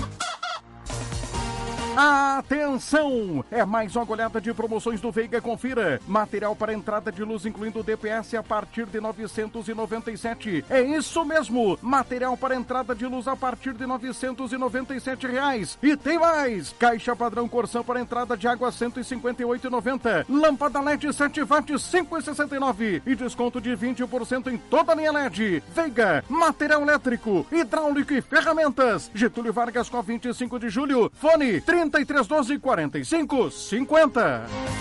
Atenção! É mais uma goleada de promoções do Veiga, confira. Material para entrada de luz, incluindo D P S, a partir de novecentos e noventa e sete. É isso mesmo! Material para entrada de luz a partir de novecentos e noventa e sete reais. E tem mais! Caixa padrão Corsan para entrada de água cento e cinquenta e oito reais e noventa centavos. Lâmpada L E D sete watts cinco reais e sessenta e nove centavos. E desconto de vinte por cento em toda a linha L E D. Veiga, material elétrico, hidráulico e ferramentas. Getúlio Vargas com vinte e cinco de julho. Fone trinta e três doze, quarenta e cinco, cinquenta.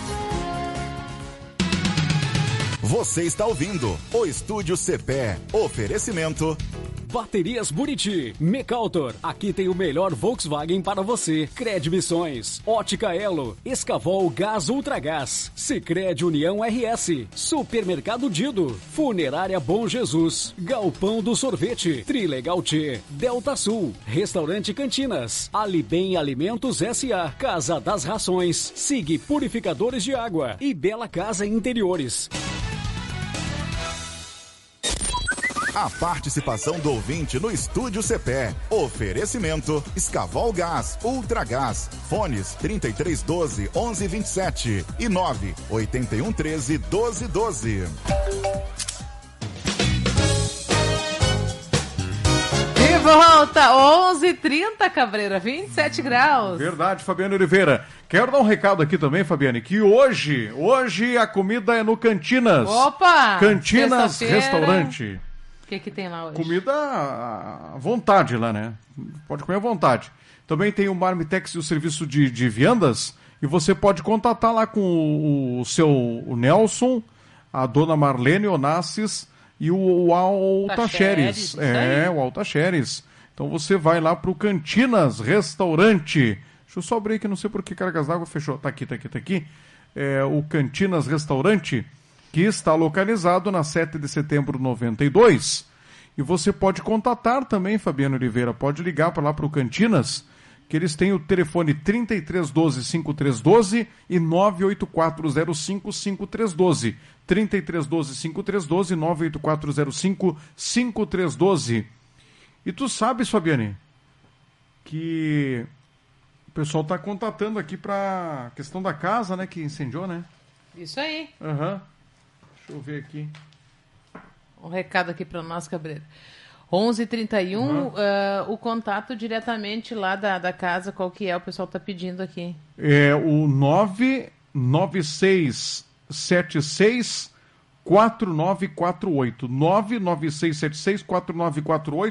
Você está ouvindo o Estúdio C P E. Oferecimento Baterias Buriti, Mecautor, aqui tem o melhor Volkswagen para você. Cred Missões, Ótica Elo, Escavol Gás Ultragás, Sicredi União R S, Supermercado Dido, Funerária Bom Jesus, Galpão do Sorvete, Trilegal T, Delta Sul, Restaurante Cantinas, Alibem Alimentos S A, Casa das Rações, Sig Purificadores de Água e Bela Casa Interiores. A participação do ouvinte no Estúdio C P E. Oferecimento Escavol Gás, Ultragás. Fones trinta e três doze, onze vinte e sete e nove oito um treze, doze doze. De volta, onze e trinta, Cabreira, vinte e sete graus. Verdade, Fabiane Oliveira. Quero dar um recado aqui também, Fabiane, que hoje, hoje a comida é no Cantinas. Opa! Cantinas Restaurante. O que que tem lá hoje? Comida à vontade lá, né? Pode comer à vontade. Também tem o Marmitex e o serviço de, de viandas. E você pode contatar lá com o, o seu o Nelson, a dona Marlene Onassis e o, o Altaxeres. É, o Altaxeres. Então você vai lá pro Cantinas Restaurante. Deixa eu só abrir aqui, não sei por que Cargas d'Água fechou. Tá aqui, tá aqui, tá aqui. É, o Cantinas Restaurante, que está localizado na sete de setembro noventa e dois. E você pode contatar também, Fabiano Oliveira, pode ligar para lá para o Cantinas, que eles têm o telefone trinta e três doze, cinquenta e três doze e nove oito quatro zero cinco, cinco três um dois. trinta e três doze, cinquenta e três doze e nove oito quatro zero cinco, cinco três um dois. E tu sabes, Fabiane, que o pessoal está contatando aqui para a questão da casa, né, que incendiou, né? Isso aí. Aham. Uhum. Deixa eu ver aqui. Um recado aqui para nós, Cabreira. onze e trinta e um, uhum. uh, o contato diretamente lá da, da casa, qual que é? O pessoal está pedindo aqui. É o nove nove seis sete seis quatro nove quatro oito. nove nove seis sete seis quatro nove quatro oito.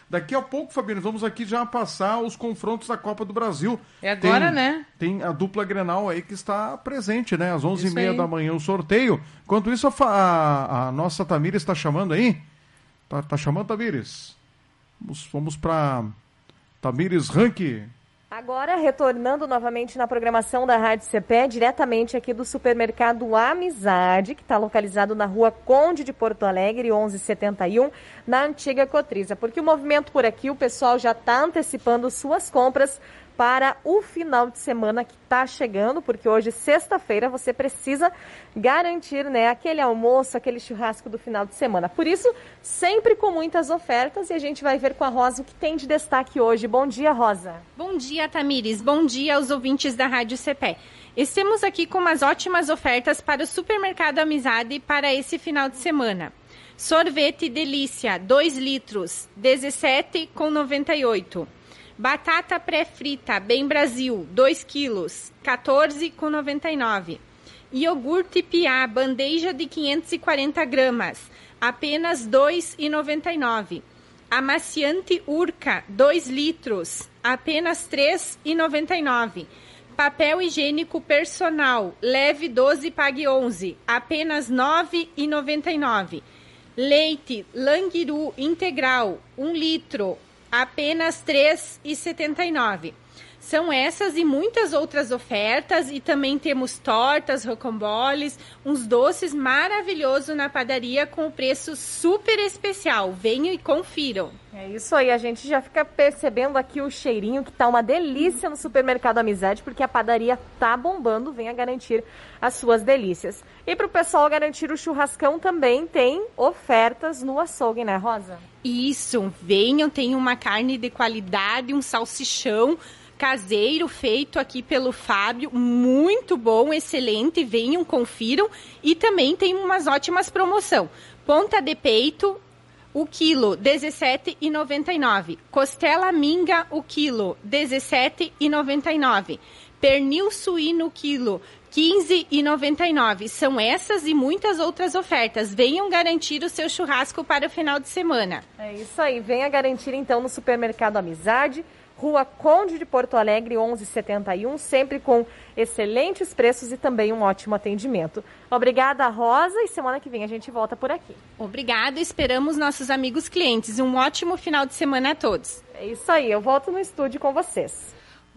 Daqui a pouco, Fabiano, vamos aqui já passar os confrontos da Copa do Brasil. É agora, tem, né? Tem a dupla Grenal aí que está presente, né? Às onze e meia da manhã o sorteio. Enquanto isso, a, a, a nossa Tamires está chamando aí. Tá, tá chamando, Tamires? Vamos, vamos para Tamires Rank. Agora, retornando novamente na programação da Rádio C P E, diretamente aqui do supermercado Amizade, que está localizado na rua Conde de Porto Alegre, onze setenta e um, na antiga Cotriza. Porque o movimento por aqui, o pessoal já está antecipando suas compras para o final de semana que está chegando, porque hoje, sexta-feira, você precisa garantir, né, aquele almoço, aquele churrasco do final de semana. Por isso, sempre com muitas ofertas, e a gente vai ver com a Rosa o que tem de destaque hoje. Bom dia, Rosa. Bom dia, Tamires. Bom dia aos ouvintes da Rádio C P E. Estamos aqui com umas ótimas ofertas para o supermercado Amizade para esse final de semana. Sorvete Delícia, dois litros, dezessete reais e noventa e oito centavos. Batata pré-frita Bem Brasil, dois quilos, quatorze reais e noventa e nove centavos. Iogurte Piá, bandeja de quinhentos e quarenta gramas, apenas dois reais e noventa e nove centavos. Amaciante Urca, dois litros, apenas três reais e noventa e nove centavos. Papel higiênico personal, leve doze, pague onze, apenas nove reais e noventa e nove centavos. Leite Languiru integral, um litro, apenas três reais e setenta e nove centavos. São essas e muitas outras ofertas, e também temos tortas, rocamboles, uns doces maravilhosos na padaria com preço super especial. Venham e confiram. É isso aí, a gente já fica percebendo aqui o cheirinho que tá uma delícia no supermercado Amizade, porque a padaria tá bombando. Venha garantir as suas delícias. E para o pessoal garantir o churrascão também tem ofertas no açougue, né, Rosa? Isso, venham, tem uma carne de qualidade, um salsichão caseiro feito aqui pelo Fábio, muito bom, excelente, venham, confiram. E também tem umas ótimas promoções. Ponta de peito, o quilo, dezessete reais e noventa e nove centavos. Costela minga, o quilo, dezessete reais e noventa e nove centavos. Pernil suíno, o quilo, quinze reais e noventa e nove centavos. São essas e muitas outras ofertas. Venham garantir o seu churrasco para o final de semana. É isso aí, venha garantir então no supermercado Amizade, Rua Conde de Porto Alegre, onze setenta e um, sempre com excelentes preços e também um ótimo atendimento. Obrigada, Rosa, e semana que vem a gente volta por aqui. Obrigada, esperamos nossos amigos clientes. Um ótimo final de semana a todos. É isso aí, eu volto no estúdio com vocês.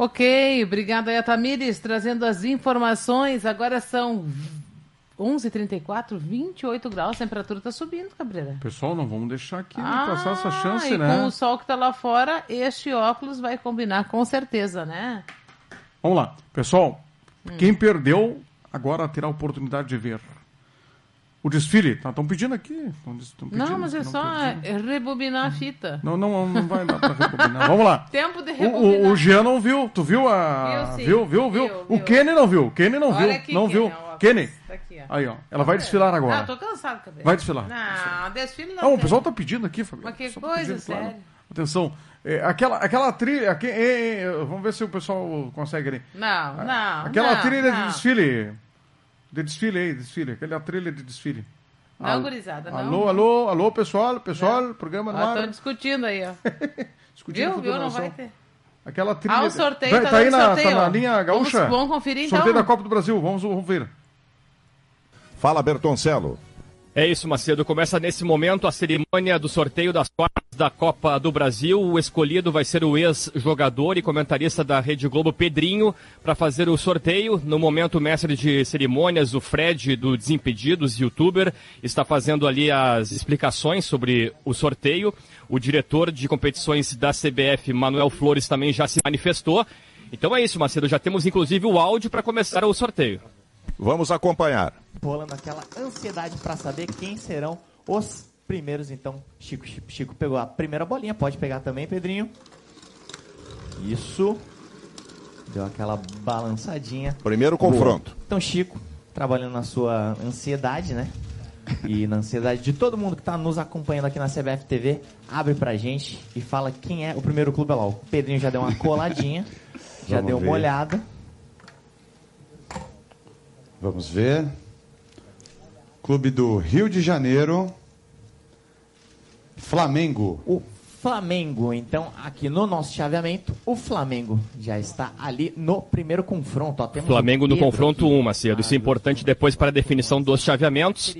Ok, obrigada aí, Tamires, trazendo as informações. Agora são onze e trinta e quatro, vinte e oito graus, a temperatura está subindo, Cabreira. Pessoal, não vamos deixar aqui ah, passar essa chance, e né? Com o sol que está lá fora, este óculos vai combinar com certeza, né? Vamos lá. Pessoal, hum. quem perdeu, agora terá a oportunidade de ver o desfile. Estão tá, pedindo aqui. Tão, tão pedindo, não, mas é só pedindo. rebobinar a fita. Não, não, não vai dar para rebobinar. Vamos lá. Tempo de rebobinar. O, o, o Jean não viu. Tu viu a... Viu, sim. Viu, viu, viu? viu o viu. Kenny não viu. O Kenny não Olha viu. aqui, não Kenny, viu. Kenny. Tá aqui, ó. Aí, ó. Ela vai desfilar agora. Não, tô cansado, Cabreira. Vai desfilar. Não, desfile não. Não, o pessoal tá pedindo aqui, Fabiano. Mas que tá coisa, pedindo, sério. Claro. Atenção. É, aquela, aquela trilha... Aqui, é, é, vamos ver se o pessoal consegue ali. Não, não, Aquela não, trilha não. de desfile. De desfile aí, desfile. Aquela trilha de desfile. Não, Al... gurizada, não. Alô, alô, alô, pessoal, pessoal, não. Programa no ar. Estão discutindo aí, ó. discutindo viu, viu, não vai ter. Aquela trilha... Ah, o sorteio, tá, tá, tá aí na, sorteio, tá na linha gaúcha. Vamos, vamos conferir, então. Sorteio da Copa do Brasil, vamos, vamos ver. Fala, Bertoncello. É isso, Macedo. Começa nesse momento a cerimônia do sorteio das quartas da Copa do Brasil. O escolhido vai ser o ex-jogador e comentarista da Rede Globo, Pedrinho, para fazer o sorteio. No momento, o mestre de cerimônias, o Fred, do Desimpedidos, youtuber, está fazendo ali as explicações sobre o sorteio. O diretor de competições da C B F, Manuel Flores, também já se manifestou. Então é isso, Macedo. Já temos, inclusive, o áudio para começar o sorteio. Vamos acompanhar. Rolando aquela ansiedade para saber quem serão os primeiros. Então, Chico, Chico, Chico pegou a primeira bolinha. Pode pegar também, Pedrinho. Isso. Deu aquela balançadinha. Primeiro confronto. Boa. Então, Chico, trabalhando na sua ansiedade, né? E na ansiedade de todo mundo que está nos acompanhando aqui na C B F T V, abre pra gente e fala quem é o primeiro clube. Olha lá, o Pedrinho já deu uma coladinha. já Vamos deu ver. uma olhada. Vamos ver. Clube do Rio de Janeiro. Flamengo. O Flamengo. Então, aqui no nosso chaveamento, o Flamengo já está ali no primeiro confronto. Ó, temos Flamengo no confronto aqui. um, Macedo. Isso é importante depois para a definição dos chaveamentos.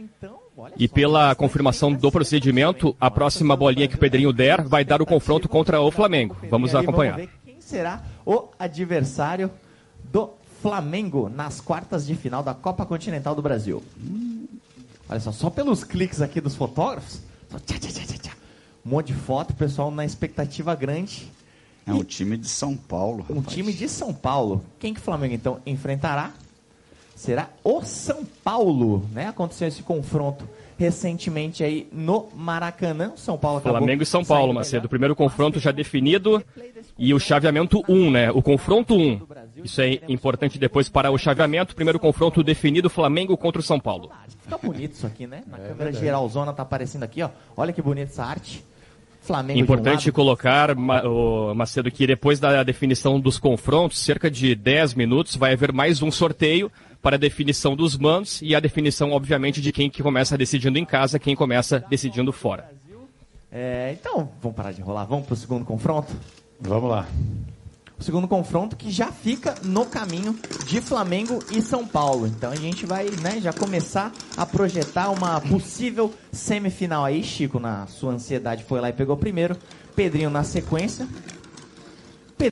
E pela confirmação do procedimento, a próxima bolinha que o Pedrinho der vai dar o confronto contra o Flamengo. Vamos acompanhar. Vamos ver quem será o adversário do Flamengo nas quartas de final da Copa Continental do Brasil. Hum, olha só, só pelos cliques aqui dos fotógrafos, só tchá, tchá, tchá, tchá. Um monte de foto, o pessoal na expectativa grande. É um time de São Paulo, rapaz. Um time de São Paulo. Quem que o Flamengo, então, enfrentará? Será o São Paulo, né? Aconteceu esse confronto recentemente aí no Maracanã. São Paulo acabou Flamengo e São Paulo, Macedo. O primeiro confronto já definido e o chaveamento um, né? O confronto um. Isso é importante depois para o chaveamento. Primeiro confronto definido, Flamengo contra o São Paulo. Fica bonito isso aqui, né? Na é câmera verdade. Geralzona tá aparecendo aqui, ó. Olha que bonita essa arte. Flamengo Importante um colocar, Macedo, que depois da definição dos confrontos, cerca de dez minutos, vai haver mais um sorteio para a definição dos mandos e a definição, obviamente, de quem que começa decidindo em casa, quem começa decidindo fora. É, então, vamos parar de enrolar, vamos para o segundo confronto? Vamos lá. O segundo confronto que já fica no caminho de Flamengo e São Paulo. Então a gente vai, né, já começar a projetar uma possível semifinal aí. Chico, na sua ansiedade, foi lá e pegou primeiro. Pedrinho na sequência. Ped...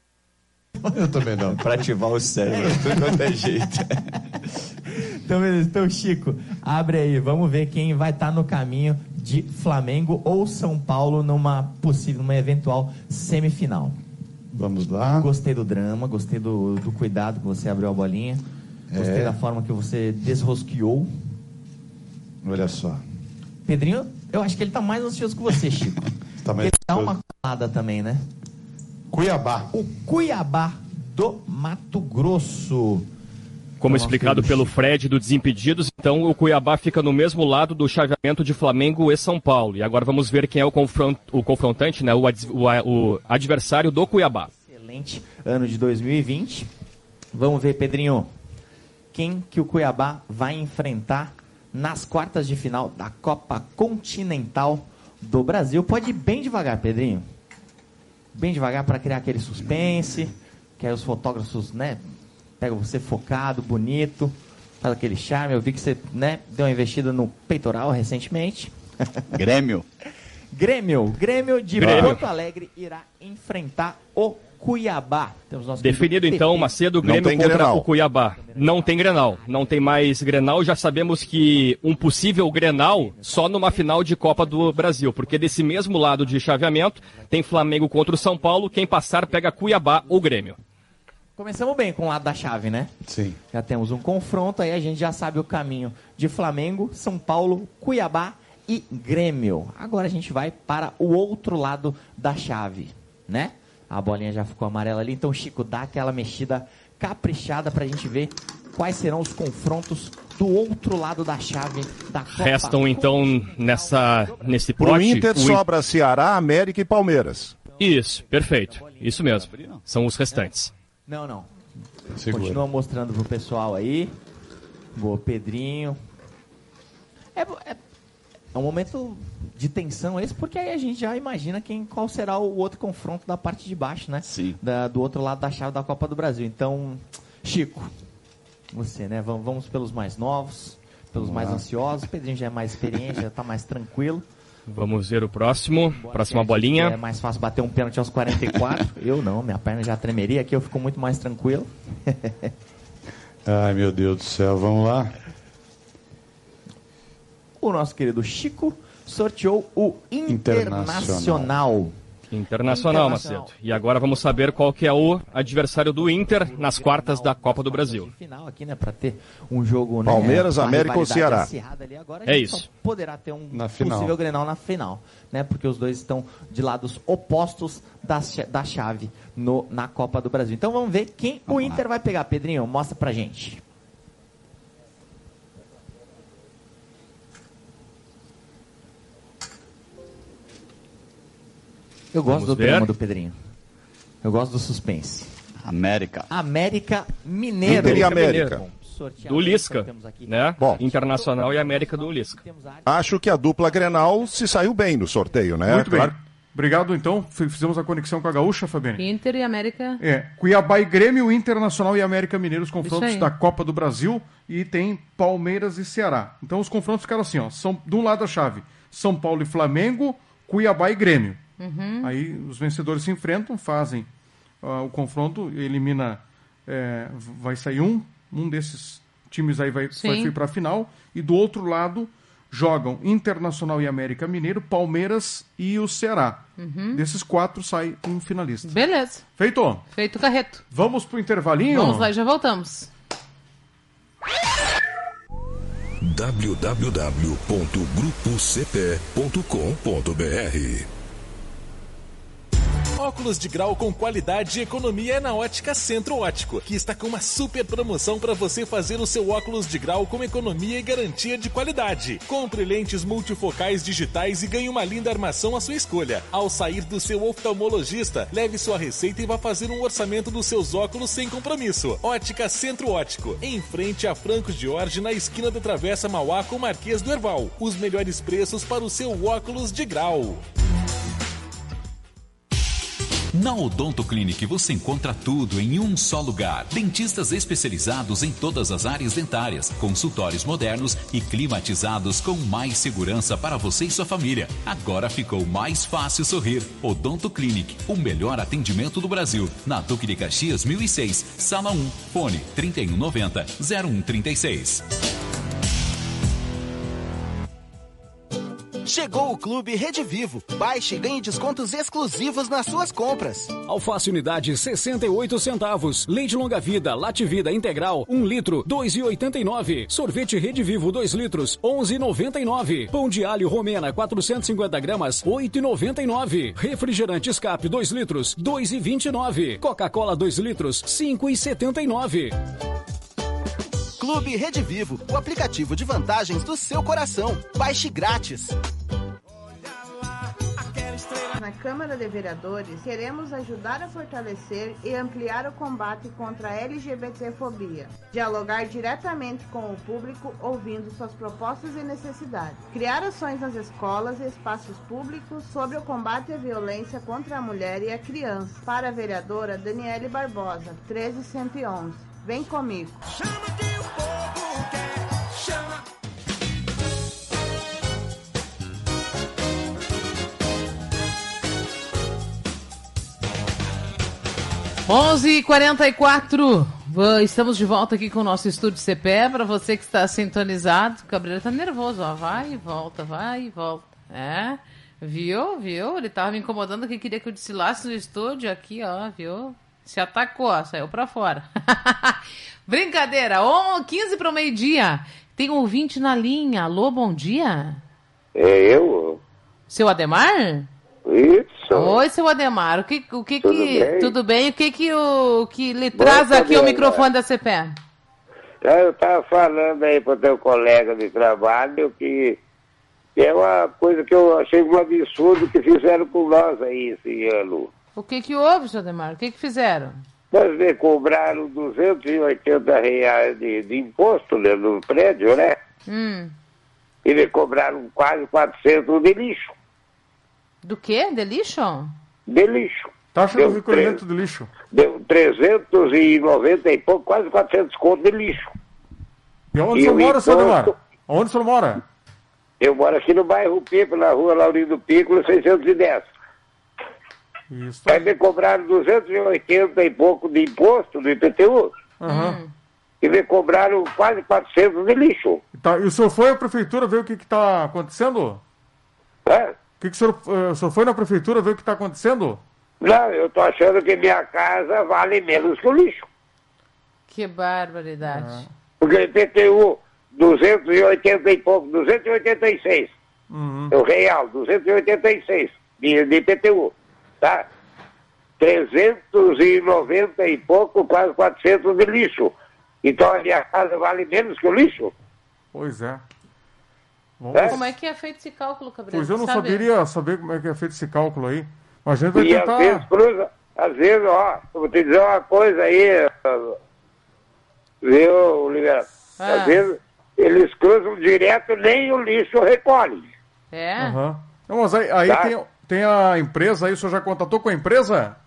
Eu também não, para ativar o cérebro, tudo quanto é jeito. Então, beleza. Então, Chico, abre aí, vamos ver quem vai estar no caminho de Flamengo ou São Paulo numa possível, numa eventual semifinal. Vamos lá. Gostei do drama, gostei do, do cuidado que você abriu a bolinha. Gostei é. da forma que você desrosqueou. Olha só. Pedrinho, eu acho que ele tá mais ansioso que você, Chico. Tá mais ele dá uma colada também, né? Cuiabá. O Cuiabá do Mato Grosso. Como explicado pelo Fred do Desimpedidos, então o Cuiabá fica no mesmo lado do chaveamento de Flamengo e São Paulo. E agora vamos ver quem é o, confront, o confrontante, né? o, ad, o, o adversário do Cuiabá. Excelente ano de dois mil e vinte. Vamos ver, Pedrinho, quem que o Cuiabá vai enfrentar nas quartas de final da Copa Continental do Brasil. Pode ir bem devagar, Pedrinho. Bem devagar para criar aquele suspense, que aí os fotógrafos, né, pegam você focado, bonito, faz aquele charme. Eu vi que você, né, deu uma investida no peitoral recentemente. Grêmio. Grêmio. Grêmio de Grêmio. Porto Alegre irá enfrentar o Cuiabá. Temos nosso Definido então, Macedo, Grêmio contra Grenal. O Cuiabá. Não tem Grenal, não tem mais Grenal. Já sabemos que um possível Grenal só numa final de Copa do Brasil, porque desse mesmo lado de chaveamento tem Flamengo contra o São Paulo. Quem passar pega Cuiabá ou Grêmio. Começamos bem com o lado da chave, né? Sim. Já temos um confronto, aí a gente já sabe o caminho de Flamengo, São Paulo, Cuiabá e Grêmio. Agora a gente vai para o outro lado da chave, né? A bolinha já ficou amarela ali, então Chico, dá aquela mexida caprichada pra gente ver quais serão os confrontos do outro lado da chave da Copa. Restam então nessa, nesse pote... Pro Inter o... sobra Ceará, América e Palmeiras. Isso, perfeito. Isso mesmo. São os restantes. Não, não. Segura. Continua mostrando pro pessoal aí. Boa, Pedrinho. É, é, é um momento de tensão esse, porque aí a gente já imagina quem, qual será o outro confronto da parte de baixo, né? Sim. Da, do outro lado da chave da Copa do Brasil. Então, Chico, você, né? Vamos, vamos pelos mais novos, pelos vamos mais lá. ansiosos. O Pedrinho já é mais experiente, já tá mais tranquilo. Vamos ver o próximo. Próxima bolinha. É mais fácil bater um pênalti aos quarenta e quatro. Eu não, minha perna já tremeria. Aqui eu fico muito mais tranquilo. Ai, meu Deus do céu. Vamos lá. O nosso querido Chico sorteou o Internacional. Internacional. Internacional, Macedo. E agora vamos saber qual que é o adversário do Inter nas quartas da Copa do Brasil. Final aqui, né, para ter um jogo, né, Palmeiras, América ou Ceará. Ali, agora é isso. Poderá ter um na possível final. Grenal na final, né? Porque os dois estão de lados opostos da, da chave no, na Copa do Brasil. Então vamos ver quem vamos o Inter lá. Vai pegar. Pedrinho, mostra pra gente. Eu gosto Vamos do ver. drama do Pedrinho. Eu gosto do suspense. América. América Mineiro. Inter e América. Do Lisca, né? Bom. Internacional e América do Lisca. Acho que a dupla Grenal se saiu bem no sorteio, né? Muito bem. Claro, Obrigado, então. Fizemos a conexão com a Gaúcha, Fabiane. Inter e América. É, Cuiabá e Grêmio, Internacional e América Mineiro, os confrontos Isso aí. da Copa do Brasil, e tem Palmeiras e Ceará. Então os confrontos ficaram assim, ó, são de um lado da chave, São Paulo e Flamengo, Cuiabá e Grêmio. Uhum. Aí os vencedores se enfrentam, fazem uh, o confronto, elimina, é, vai sair um, um desses times aí vai, vai ir para a final, e do outro lado jogam Internacional e América Mineiro, Palmeiras e o Ceará. Uhum. Desses quatro sai um finalista. Beleza. Feito? Feito o carreto. Vamos pro intervalinho? Vamos lá e já voltamos. w w w ponto grupo c p ponto com ponto b r Óculos de grau com qualidade e economia é na Ótica Centro Ótico, que está com uma super promoção para você fazer o seu óculos de grau com economia e garantia de qualidade. Compre lentes multifocais digitais e ganhe uma linda armação à sua escolha. Ao sair do seu oftalmologista, leve sua receita e vá fazer um orçamento dos seus óculos sem compromisso. Ótica Centro Ótico, em frente a Franco Jorge, na esquina da Travessa Mauá com Marquês do Herval. Os melhores preços para o seu óculos de grau. Na Odonto Clinic você encontra tudo em um só lugar. Dentistas especializados em todas as áreas dentárias, consultórios modernos e climatizados com mais segurança para você e sua família. Agora ficou mais fácil sorrir. Odonto Clinic, o melhor atendimento do Brasil. Na Duque de Caxias mil e seis, Sala um, fone trinta e um noventa, zero um trinta e seis. Chegou o Clube Rede Vivo. Baixe e ganhe descontos exclusivos nas suas compras. Alface unidade sessenta e oito centavos. Leite longa vida, Lativida integral, um litro, dois reais e oitenta e nove centavos. Sorvete Rede Vivo, dois litros, onze reais e noventa e nove centavos. Pão de alho Romena, quatrocentos e cinquenta gramas, oito reais e noventa e nove centavos. Refrigerante Escape, dois litros, dois reais e vinte e nove centavos. Coca-Cola, dois litros, cinco reais e setenta e nove centavos. Clube Rede Vivo, o aplicativo de vantagens do seu coração. Baixe grátis. Na Câmara de Vereadores, queremos ajudar a fortalecer e ampliar o combate contra a L G B T fobia. Dialogar diretamente com o público, ouvindo suas propostas e necessidades. Criar ações nas escolas e espaços públicos sobre o combate à violência contra a mulher e a criança. Para a vereadora Daniele Barbosa, treze cento e onze. Vem comigo. Chama que o povo quer, chama. onze e quarenta e quatro. Estamos de volta aqui com o nosso Estúdio C P E. Para você que está sintonizado, o Cabreira tá nervoso, ó. Vai e volta, vai e volta. É, viu, viu? Ele tava me incomodando que queria que eu desfilasse no estúdio aqui, ó, viu? Se atacou, saiu pra fora. Brincadeira, oh, quinze para o meio-dia. Tem um ouvinte na linha. Alô, bom dia. É eu? Seu Ademar? Isso. Oi, seu Ademar. O que, o que Tudo que... bem? Tudo bem? O que que, o, que lhe traz Boa, aqui o Fabiana. microfone da C P E? Eu estava falando aí para o teu colega de trabalho que, que é uma coisa que eu achei um absurdo que fizeram com nós aí esse ano. O que que houve, seu Ademar? O que que fizeram? Nós né, cobraram duzentos e oitenta reais de, de imposto, né, no prédio, né? Hum. E me cobraram quase quatrocentos de lixo. Do quê? De lixo? De lixo. Taxa Deu do recolhimento tre- de lixo. Deu trezentos e noventa e pouco, quase quatrocentos conto de lixo. E onde E você o mora, seu imposto- Ademar? Onde você mora? Eu moro aqui no bairro Pico, na rua Laurindo Pico, seiscentos e dez. Isso. Aí me cobraram duzentos e oitenta e pouco de imposto do I P T U. Aham. E me cobraram quase quatrocentos de lixo. Tá, e o senhor foi à prefeitura ver o que está acontecendo? É? O que, que o, senhor, eh, o senhor foi na prefeitura ver o que está acontecendo? Não, eu tô achando que minha casa vale menos que o lixo. Que barbaridade. Porque o I P T U, duzentos e oitenta e pouco, duzentos e oitenta e seis. Uhum. É o real, duzentos e oitenta e seis de, de I P T U. Tá? trezentos e noventa e pouco, quase quatrocentos de lixo. Então a minha casa vale menos que o lixo? Pois é. Vamos... É? Como é que é feito esse cálculo, Cabreiro? Pois eu não Sabe? saberia saber como é que é feito esse cálculo aí. Mas a gente vai E tentar... às vezes cruza, às vezes, ó, eu vou te dizer uma coisa aí, viu, Oliveira? Ah. Às vezes eles cruzam direto, nem o lixo recolhe. É? Aham. Não, mas aí, aí Tá. tem, tem a empresa aí, o senhor já contatou com a empresa?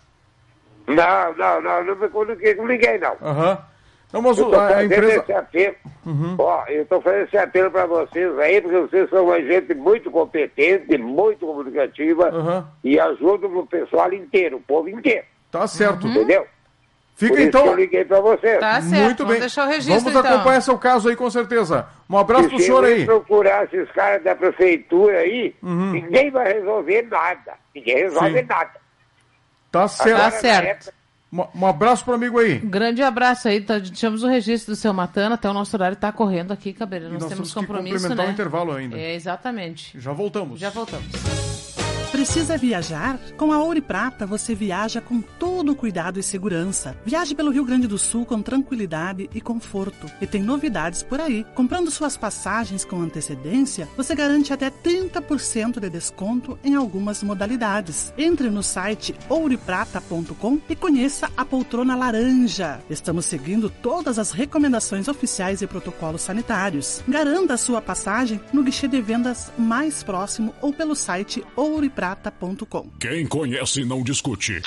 Não, não, não, não me comuniquei com ninguém, não. Aham. Uhum. Não, mas eu tô a, a empresa... esse apelo, uhum. Ó, eu estou fazendo esse apelo para vocês aí, porque vocês são uma gente muito competente, muito comunicativa, uhum. e ajudam o pessoal inteiro, o povo inteiro. Tá certo. Uhum. Entendeu? Fica Por então... isso que eu liguei para vocês. Tá certo, muito bem. Deixar o registro, vamos então. acompanhar seu caso aí, com certeza. Um abraço se pro senhor aí. Se procurar esses caras da prefeitura aí, uhum. ninguém vai resolver nada. Ninguém resolve Sim. nada. Tá certo. Tá certo. Um, um abraço pro amigo aí. Um grande abraço aí, tá, deixamos o registro do seu Matana, até o nosso horário tá correndo aqui, Cabreira. Nós, nós temos temos compromisso, que complementar né? o intervalo ainda. É, exatamente. Já voltamos. Já voltamos. Precisa viajar? Com a Ouro e Prata você viaja com todo o cuidado e segurança. Viaje pelo Rio Grande do Sul com tranquilidade e conforto. E tem novidades por aí. Comprando suas passagens com antecedência, você garante até trinta por cento de desconto em algumas modalidades. Entre no site ouro e prata ponto com e conheça a poltrona laranja. Estamos seguindo todas as recomendações oficiais e protocolos sanitários. Garanta a sua passagem no guichê de vendas mais próximo ou pelo site ouro e prata ponto com. Quem conhece não discute.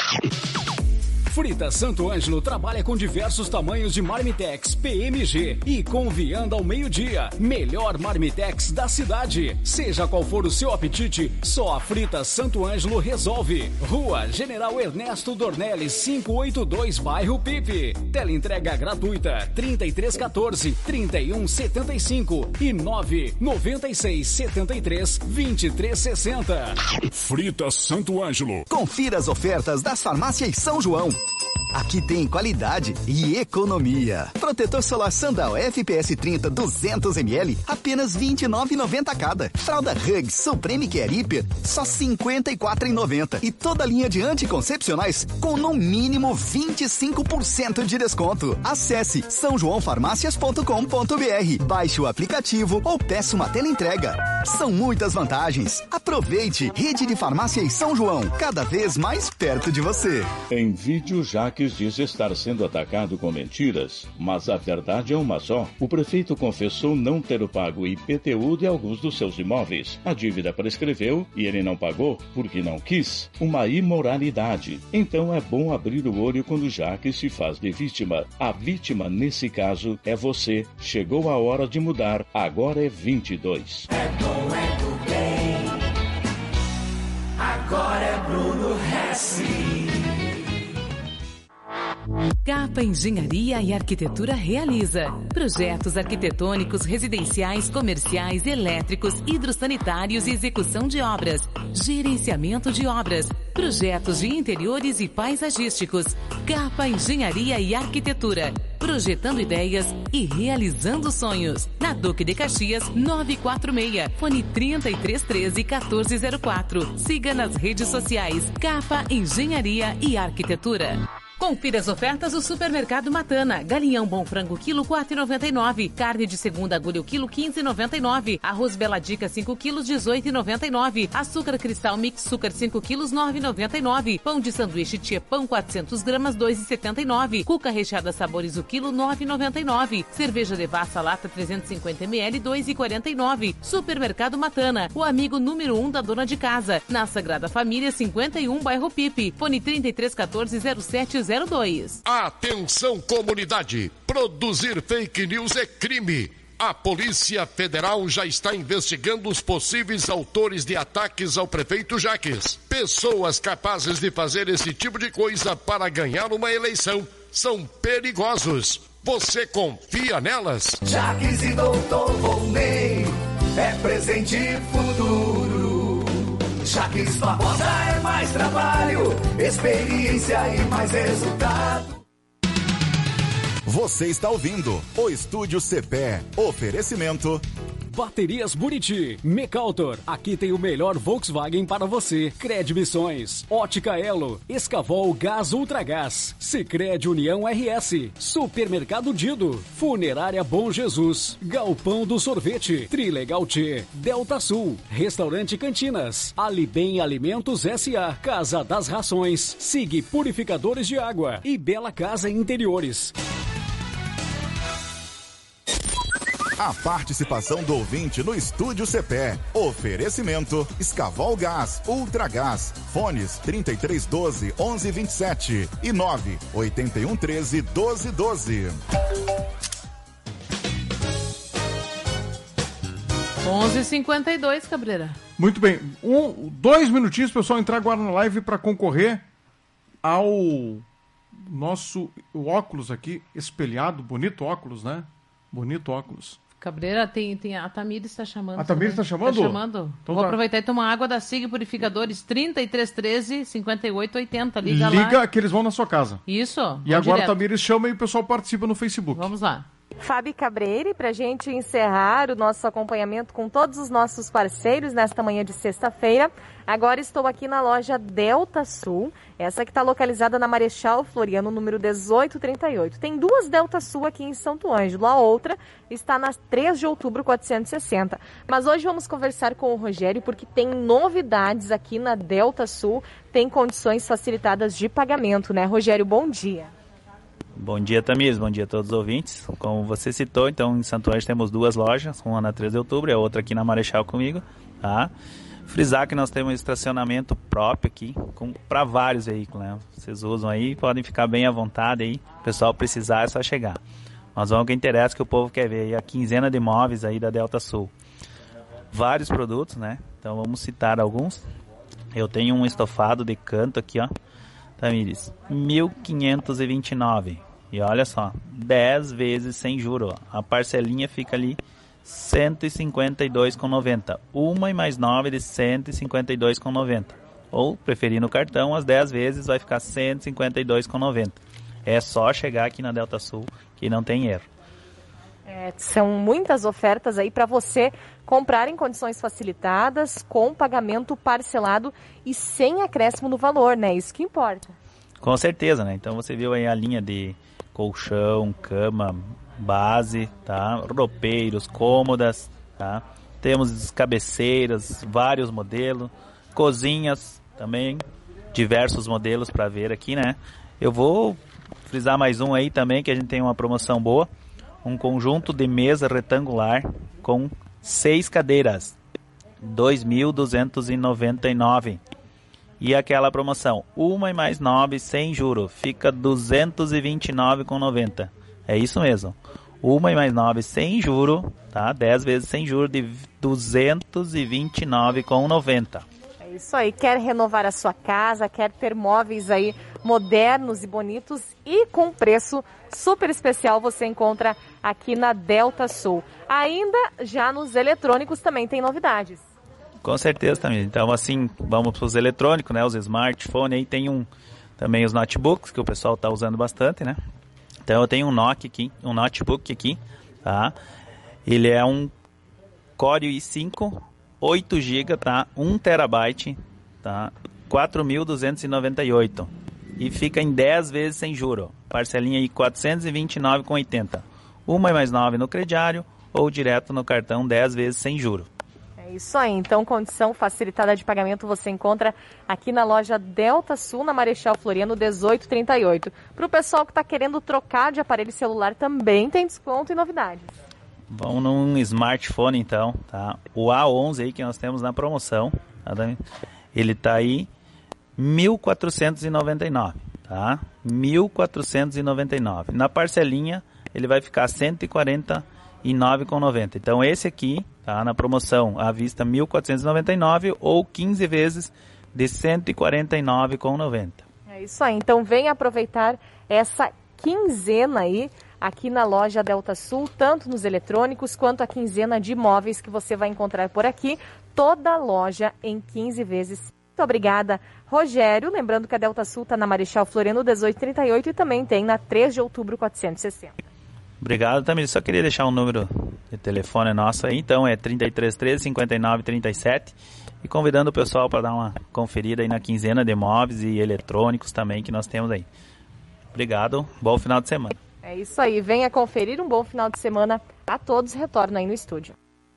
Frita Santo Ângelo trabalha com diversos tamanhos de Marmitex P M G e com vianda ao meio-dia. Melhor Marmitex da cidade. Seja qual for o seu apetite, só a Frita Santo Ângelo resolve. Rua General Ernesto Dornelles, quinhentos e oitenta e dois, bairro Pipe. Teleentrega gratuita trinta e três quatorze, trinta e um setenta e cinco e nove noventa e seis setenta e três vinte e três sessenta. Frita Santo Ângelo. Confira as ofertas das farmácias São João. Aqui tem qualidade e economia. Protetor solar Sandal F P S trinta duzentos mililitros, apenas vinte e nove reais e noventa centavos cada. Fralda Hugs Supreme Care Hiper, só cinquenta e quatro reais e noventa centavos. E toda a linha de anticoncepcionais com no mínimo vinte e cinco por cento de desconto. Acesse são joão farmácias ponto com ponto br, baixe o aplicativo ou peça uma teleentrega. São muitas vantagens. Aproveite. Rede de Farmácias São João, cada vez mais perto de você. Em vídeo, Jaques diz estar sendo atacado com mentiras, mas a verdade é uma só. O prefeito confessou não ter pago o I P T U de alguns dos seus imóveis. A dívida prescreveu e ele não pagou porque não quis. Uma imoralidade. Então é bom abrir o olho quando Jaques se faz de vítima. A vítima, nesse caso, é você. Chegou a hora de mudar. Agora é vinte e dois. É bom, é do bem. Agora é Bruno Hesse. Capa Engenharia e Arquitetura realiza projetos arquitetônicos, residenciais, comerciais, elétricos, hidrossanitários e execução de obras, gerenciamento de obras, projetos de interiores e paisagísticos. Capa Engenharia e Arquitetura, projetando ideias e realizando sonhos. Na Duque de Caxias, novecentos e quarenta e seis, fone trinta e três treze, quatorze zero quatro. Siga nas redes sociais Capa Engenharia e Arquitetura. Confira as ofertas do Supermercado Matana. Galinhão bom frango quilo quatro reais e noventa e nove centavos. Carne de segunda agulha o quilo quinze reais e noventa e nove centavos. Arroz Bela Dica cinco quilos dezoito reais e noventa e nove centavos. Açúcar Cristal Mix Açúcar cinco quilos nove reais e noventa e nove centavos. Pão de sanduíche Tia Pão quatrocentos gramas dois reais e setenta e nove centavos. Cuca recheada Sabores o quilo nove reais e noventa e nove centavos. Cerveja Devassa lata trezentos e cinquenta mililitros dois reais e quarenta e nove centavos. Supermercado Matana, o amigo número um da dona de casa. Na Sagrada Família cinquenta e um, bairro Pipe. Fone trinta e três quatorze, zero sete zero dois. Atenção, comunidade! Produzir fake news é crime. A Polícia Federal já está investigando os possíveis autores de ataques ao prefeito Jaques. Pessoas capazes de fazer esse tipo de coisa para ganhar uma eleição são perigosos. Você confia nelas? Jaques e doutor Volney é presente e futuro. Jaques Barbosa é mais trabalho, experiência e mais resultado. Você está ouvindo o Estúdio C P E. Oferecimento Baterias Buriti, Mecautor, aqui tem o melhor Volkswagen para você. Cred Missões, Ótica Elo, Escavol Gás Ultragás, Sicredi União R S, Supermercado Dido, Funerária Bom Jesus, Galpão do Sorvete, Trilegal T, Delta Sul, Restaurante Cantinas, Alibem Alimentos S A, Casa das Rações, Sig Purificadores de Água e Bela Casa Interiores. A participação do ouvinte no Estúdio C P E. Oferecimento Escavol Gás, Ultragás. Fones trinta e três doze, onze vinte e sete e nove oitenta e um treze, doze doze. onze e cinquenta e dois, Cabreira. Muito bem. Um, dois minutinhos, pessoal, entrar agora na live para concorrer ao nosso óculos aqui, espelhado. Bonito óculos, né? Bonito óculos. Cabreira, tem, tem a Tamires está chamando. A Tamires está chamando? Está chamando. Então Vou tá. aproveitar e tomar água da Sig Purificadores trinta e três treze, cinquenta e oito oitenta. Liga, Liga lá. que eles vão na sua casa. Isso. E agora direto. a Tamires chama e o pessoal participa no Facebook. Vamos lá. Fábio Cabreira, para a gente encerrar o nosso acompanhamento com todos os nossos parceiros nesta manhã de sexta-feira. Agora estou aqui na loja Delta Sul, essa que está localizada na Marechal Floriano, número dezoito trinta e oito. Tem duas Delta Sul aqui em Santo Ângelo, a outra está na três de outubro, quatrocentos e sessenta. Mas hoje vamos conversar com o Rogério porque tem novidades aqui na Delta Sul, tem condições facilitadas de pagamento, né? Rogério, bom dia. Bom dia, Tamires. Bom dia a todos os ouvintes. Como você citou, então, em Santo Ângelo temos duas lojas, uma na três de outubro e a outra aqui na Marechal comigo, tá? Frisar que nós temos estacionamento próprio aqui, para vários veículos, né? Vocês usam aí, podem ficar bem à vontade aí. O pessoal precisar é só chegar. Mas vamos ao que interessa, que o povo quer ver aí, a quinzena de imóveis aí da Delta Sul. Vários produtos, né? Então vamos citar alguns. Eu tenho um estofado de canto aqui, ó. Tamires, mil quinhentos e vinte e nove. E olha só, dez vezes sem juro. A parcelinha fica ali cento e cinquenta e dois reais e noventa centavos. Uma e mais nove de cento e cinquenta e dois reais e noventa centavos. Ou, preferindo o cartão, as dez vezes vai ficar cento e cinquenta e dois reais e noventa centavos. É só chegar aqui na Delta Sul que não tem erro. É, são muitas ofertas aí para você comprar em condições facilitadas, com pagamento parcelado e sem acréscimo no valor, né? Isso que importa. Com certeza, né? Então você viu aí a linha de colchão, cama, base, tá? Roupeiros, cômodas, tá? Temos cabeceiras, vários modelos, cozinhas também, diversos modelos para ver aqui, né? Eu vou frisar mais um aí também, que a gente tem uma promoção boa. Um conjunto de mesa retangular com seis cadeiras, dois mil duzentos e noventa e nove reais. E aquela promoção, uma e mais nove sem juro, fica duzentos e vinte e nove reais e noventa centavos. É isso mesmo. Uma e mais nove sem juro, tá? dez vezes sem juro de duzentos e vinte e nove reais e noventa centavos. É isso aí. Quer renovar a sua casa, quer ter móveis aí modernos e bonitos e com preço super especial, você encontra aqui na Delta Sul. Ainda já nos eletrônicos também tem novidades. Com certeza também. Então assim, vamos para os eletrônicos, né? Os smartphones, aí tem um, também os notebooks que o pessoal está usando bastante, né? Então eu tenho um Nokia aqui, um notebook aqui, tá? Ele é um Core i cinco, oito gigas, tá? um terabyte, tá? quatro mil duzentos e noventa e oito. E fica em dez vezes sem juro. Parcelinha aí quatrocentos e vinte e nove reais e oitenta centavos. Uma e mais nove no crediário ou direto no cartão dez vezes sem juro. É isso aí. Então, condição facilitada de pagamento você encontra aqui na loja Delta Sul, na Marechal Floriano, dezoito trinta e oito. Para o pessoal que está querendo trocar de aparelho celular, também tem desconto e novidades. Vamos num smartphone então, tá? O A onze aí que nós temos na promoção, tá? Ele tá aí mil quatrocentos e noventa e nove, tá? mil quatrocentos e noventa e nove. Na parcelinha ele vai ficar cento e quarenta e nove reais e noventa centavos. Então esse aqui, tá? Na promoção à vista mil quatrocentos e noventa e nove ou quinze vezes de cento e quarenta e nove reais e noventa centavos. É isso aí. Então vem aproveitar essa quinzena aí aqui na loja Delta Sul, tanto nos eletrônicos quanto a quinzena de imóveis que você vai encontrar por aqui. Toda loja em quinze vezes. Muito obrigada, Rogério. Lembrando que a Delta Sul está na Marechal Floriano dezoito trinta e oito e também tem na três de outubro quatrocentos e sessenta. Obrigado, também. Só queria deixar um número de telefone nosso aí, então é trinta e três treze, cinquenta e nove trinta e sete. E convidando o pessoal para dar uma conferida aí na quinzena de imóveis e eletrônicos também que nós temos aí. Obrigado, bom final de semana. É isso aí, venha conferir, um bom final de semana a todos. Retorno aí no estúdio.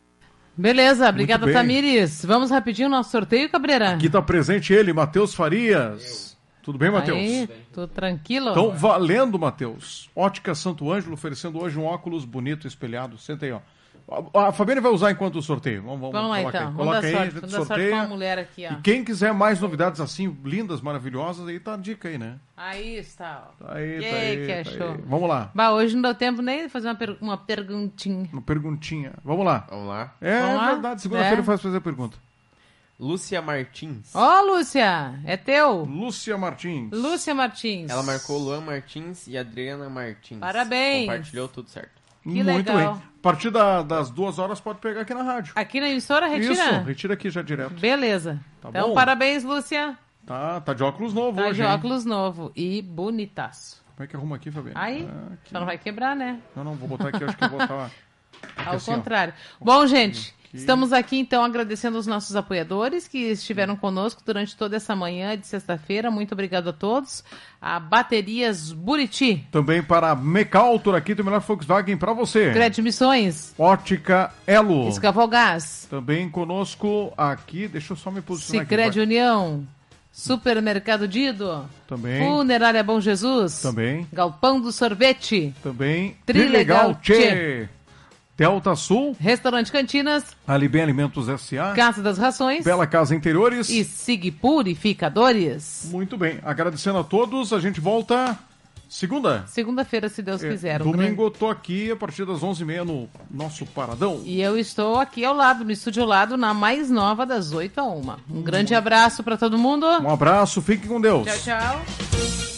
Beleza, obrigada, Tamires. Vamos rapidinho no nosso sorteio, Cabreira? Aqui está presente ele, Matheus Farias. Tudo bem, Matheus? Aí, tudo tranquilo? Então, valendo, Matheus. Ótica Santo Ângelo, oferecendo hoje um óculos bonito, espelhado. Senta aí, ó. A, a Fabiane vai usar enquanto o sorteio. Vamos, vamos, Vamos lá, coloca então. aí. Vamos Coloca dar aí, sorte. a gente Vamos dar sorte sorteia. com a mulher aqui, ó. E quem quiser mais novidades assim, lindas, maravilhosas, aí tá a dica aí, né? Aí está, ó. Tá aí, Ei, tá aí, que tá achou. aí. Vamos lá. Bah, hoje não deu tempo nem de fazer uma, per- uma perguntinha. Uma perguntinha. Vamos lá. Vamos lá. É, Vamos lá? verdade. Segunda-feira É. faz fazer a pergunta. Lúcia Martins. Ó, Lúcia, é teu. Lúcia Martins. Lúcia Martins. Ela marcou Luan Martins e Adriana Martins. Parabéns. Compartilhou tudo certo. Que Muito legal. bem. A partir da- das duas horas pode pegar aqui na rádio. Aqui na emissora, retira? Isso, retira aqui já direto. Beleza. Tá então, bom? parabéns, Lúcia. Tá, tá de óculos novo Tá hoje, de hein? óculos novo e bonitaço. Como é que arruma aqui, Fabiano? Aí, Ah, aqui. só não vai quebrar, né? Não, não, vou botar aqui, acho que eu vou botar... aqui Ao assim, ó. contrário. Bom, gente, Aqui. estamos aqui então agradecendo os nossos apoiadores que estiveram conosco durante toda essa manhã de sexta-feira. Muito obrigado a todos. A Baterias Buriti, Também para a Mecaltor aqui, do melhor Volkswagen para você. Crédito Missões, Ótica Elo. Escavalgás, Também conosco aqui, deixa eu só me posicionar Sicredi aqui. União, Supermercado Dido, Também. Funerária Bom Jesus, Também. Galpão do Sorvete, Também. Trilegal Tchê. Delta Sul. Restaurante Cantinas, Alibem Alimentos S A. Casa das Rações Bela Casa Interiores. e Sig Purificadores. Muito bem. Agradecendo a todos, a gente volta segunda. Segunda-feira, se Deus É, quiser. Um domingo eu tô aqui a partir das onze e meia no nosso Paradão. E eu estou aqui ao lado, no estúdio ao lado, na mais nova, das oito a uma. Um grande abraço para todo mundo. Um abraço, fiquem com Deus. Tchau, tchau.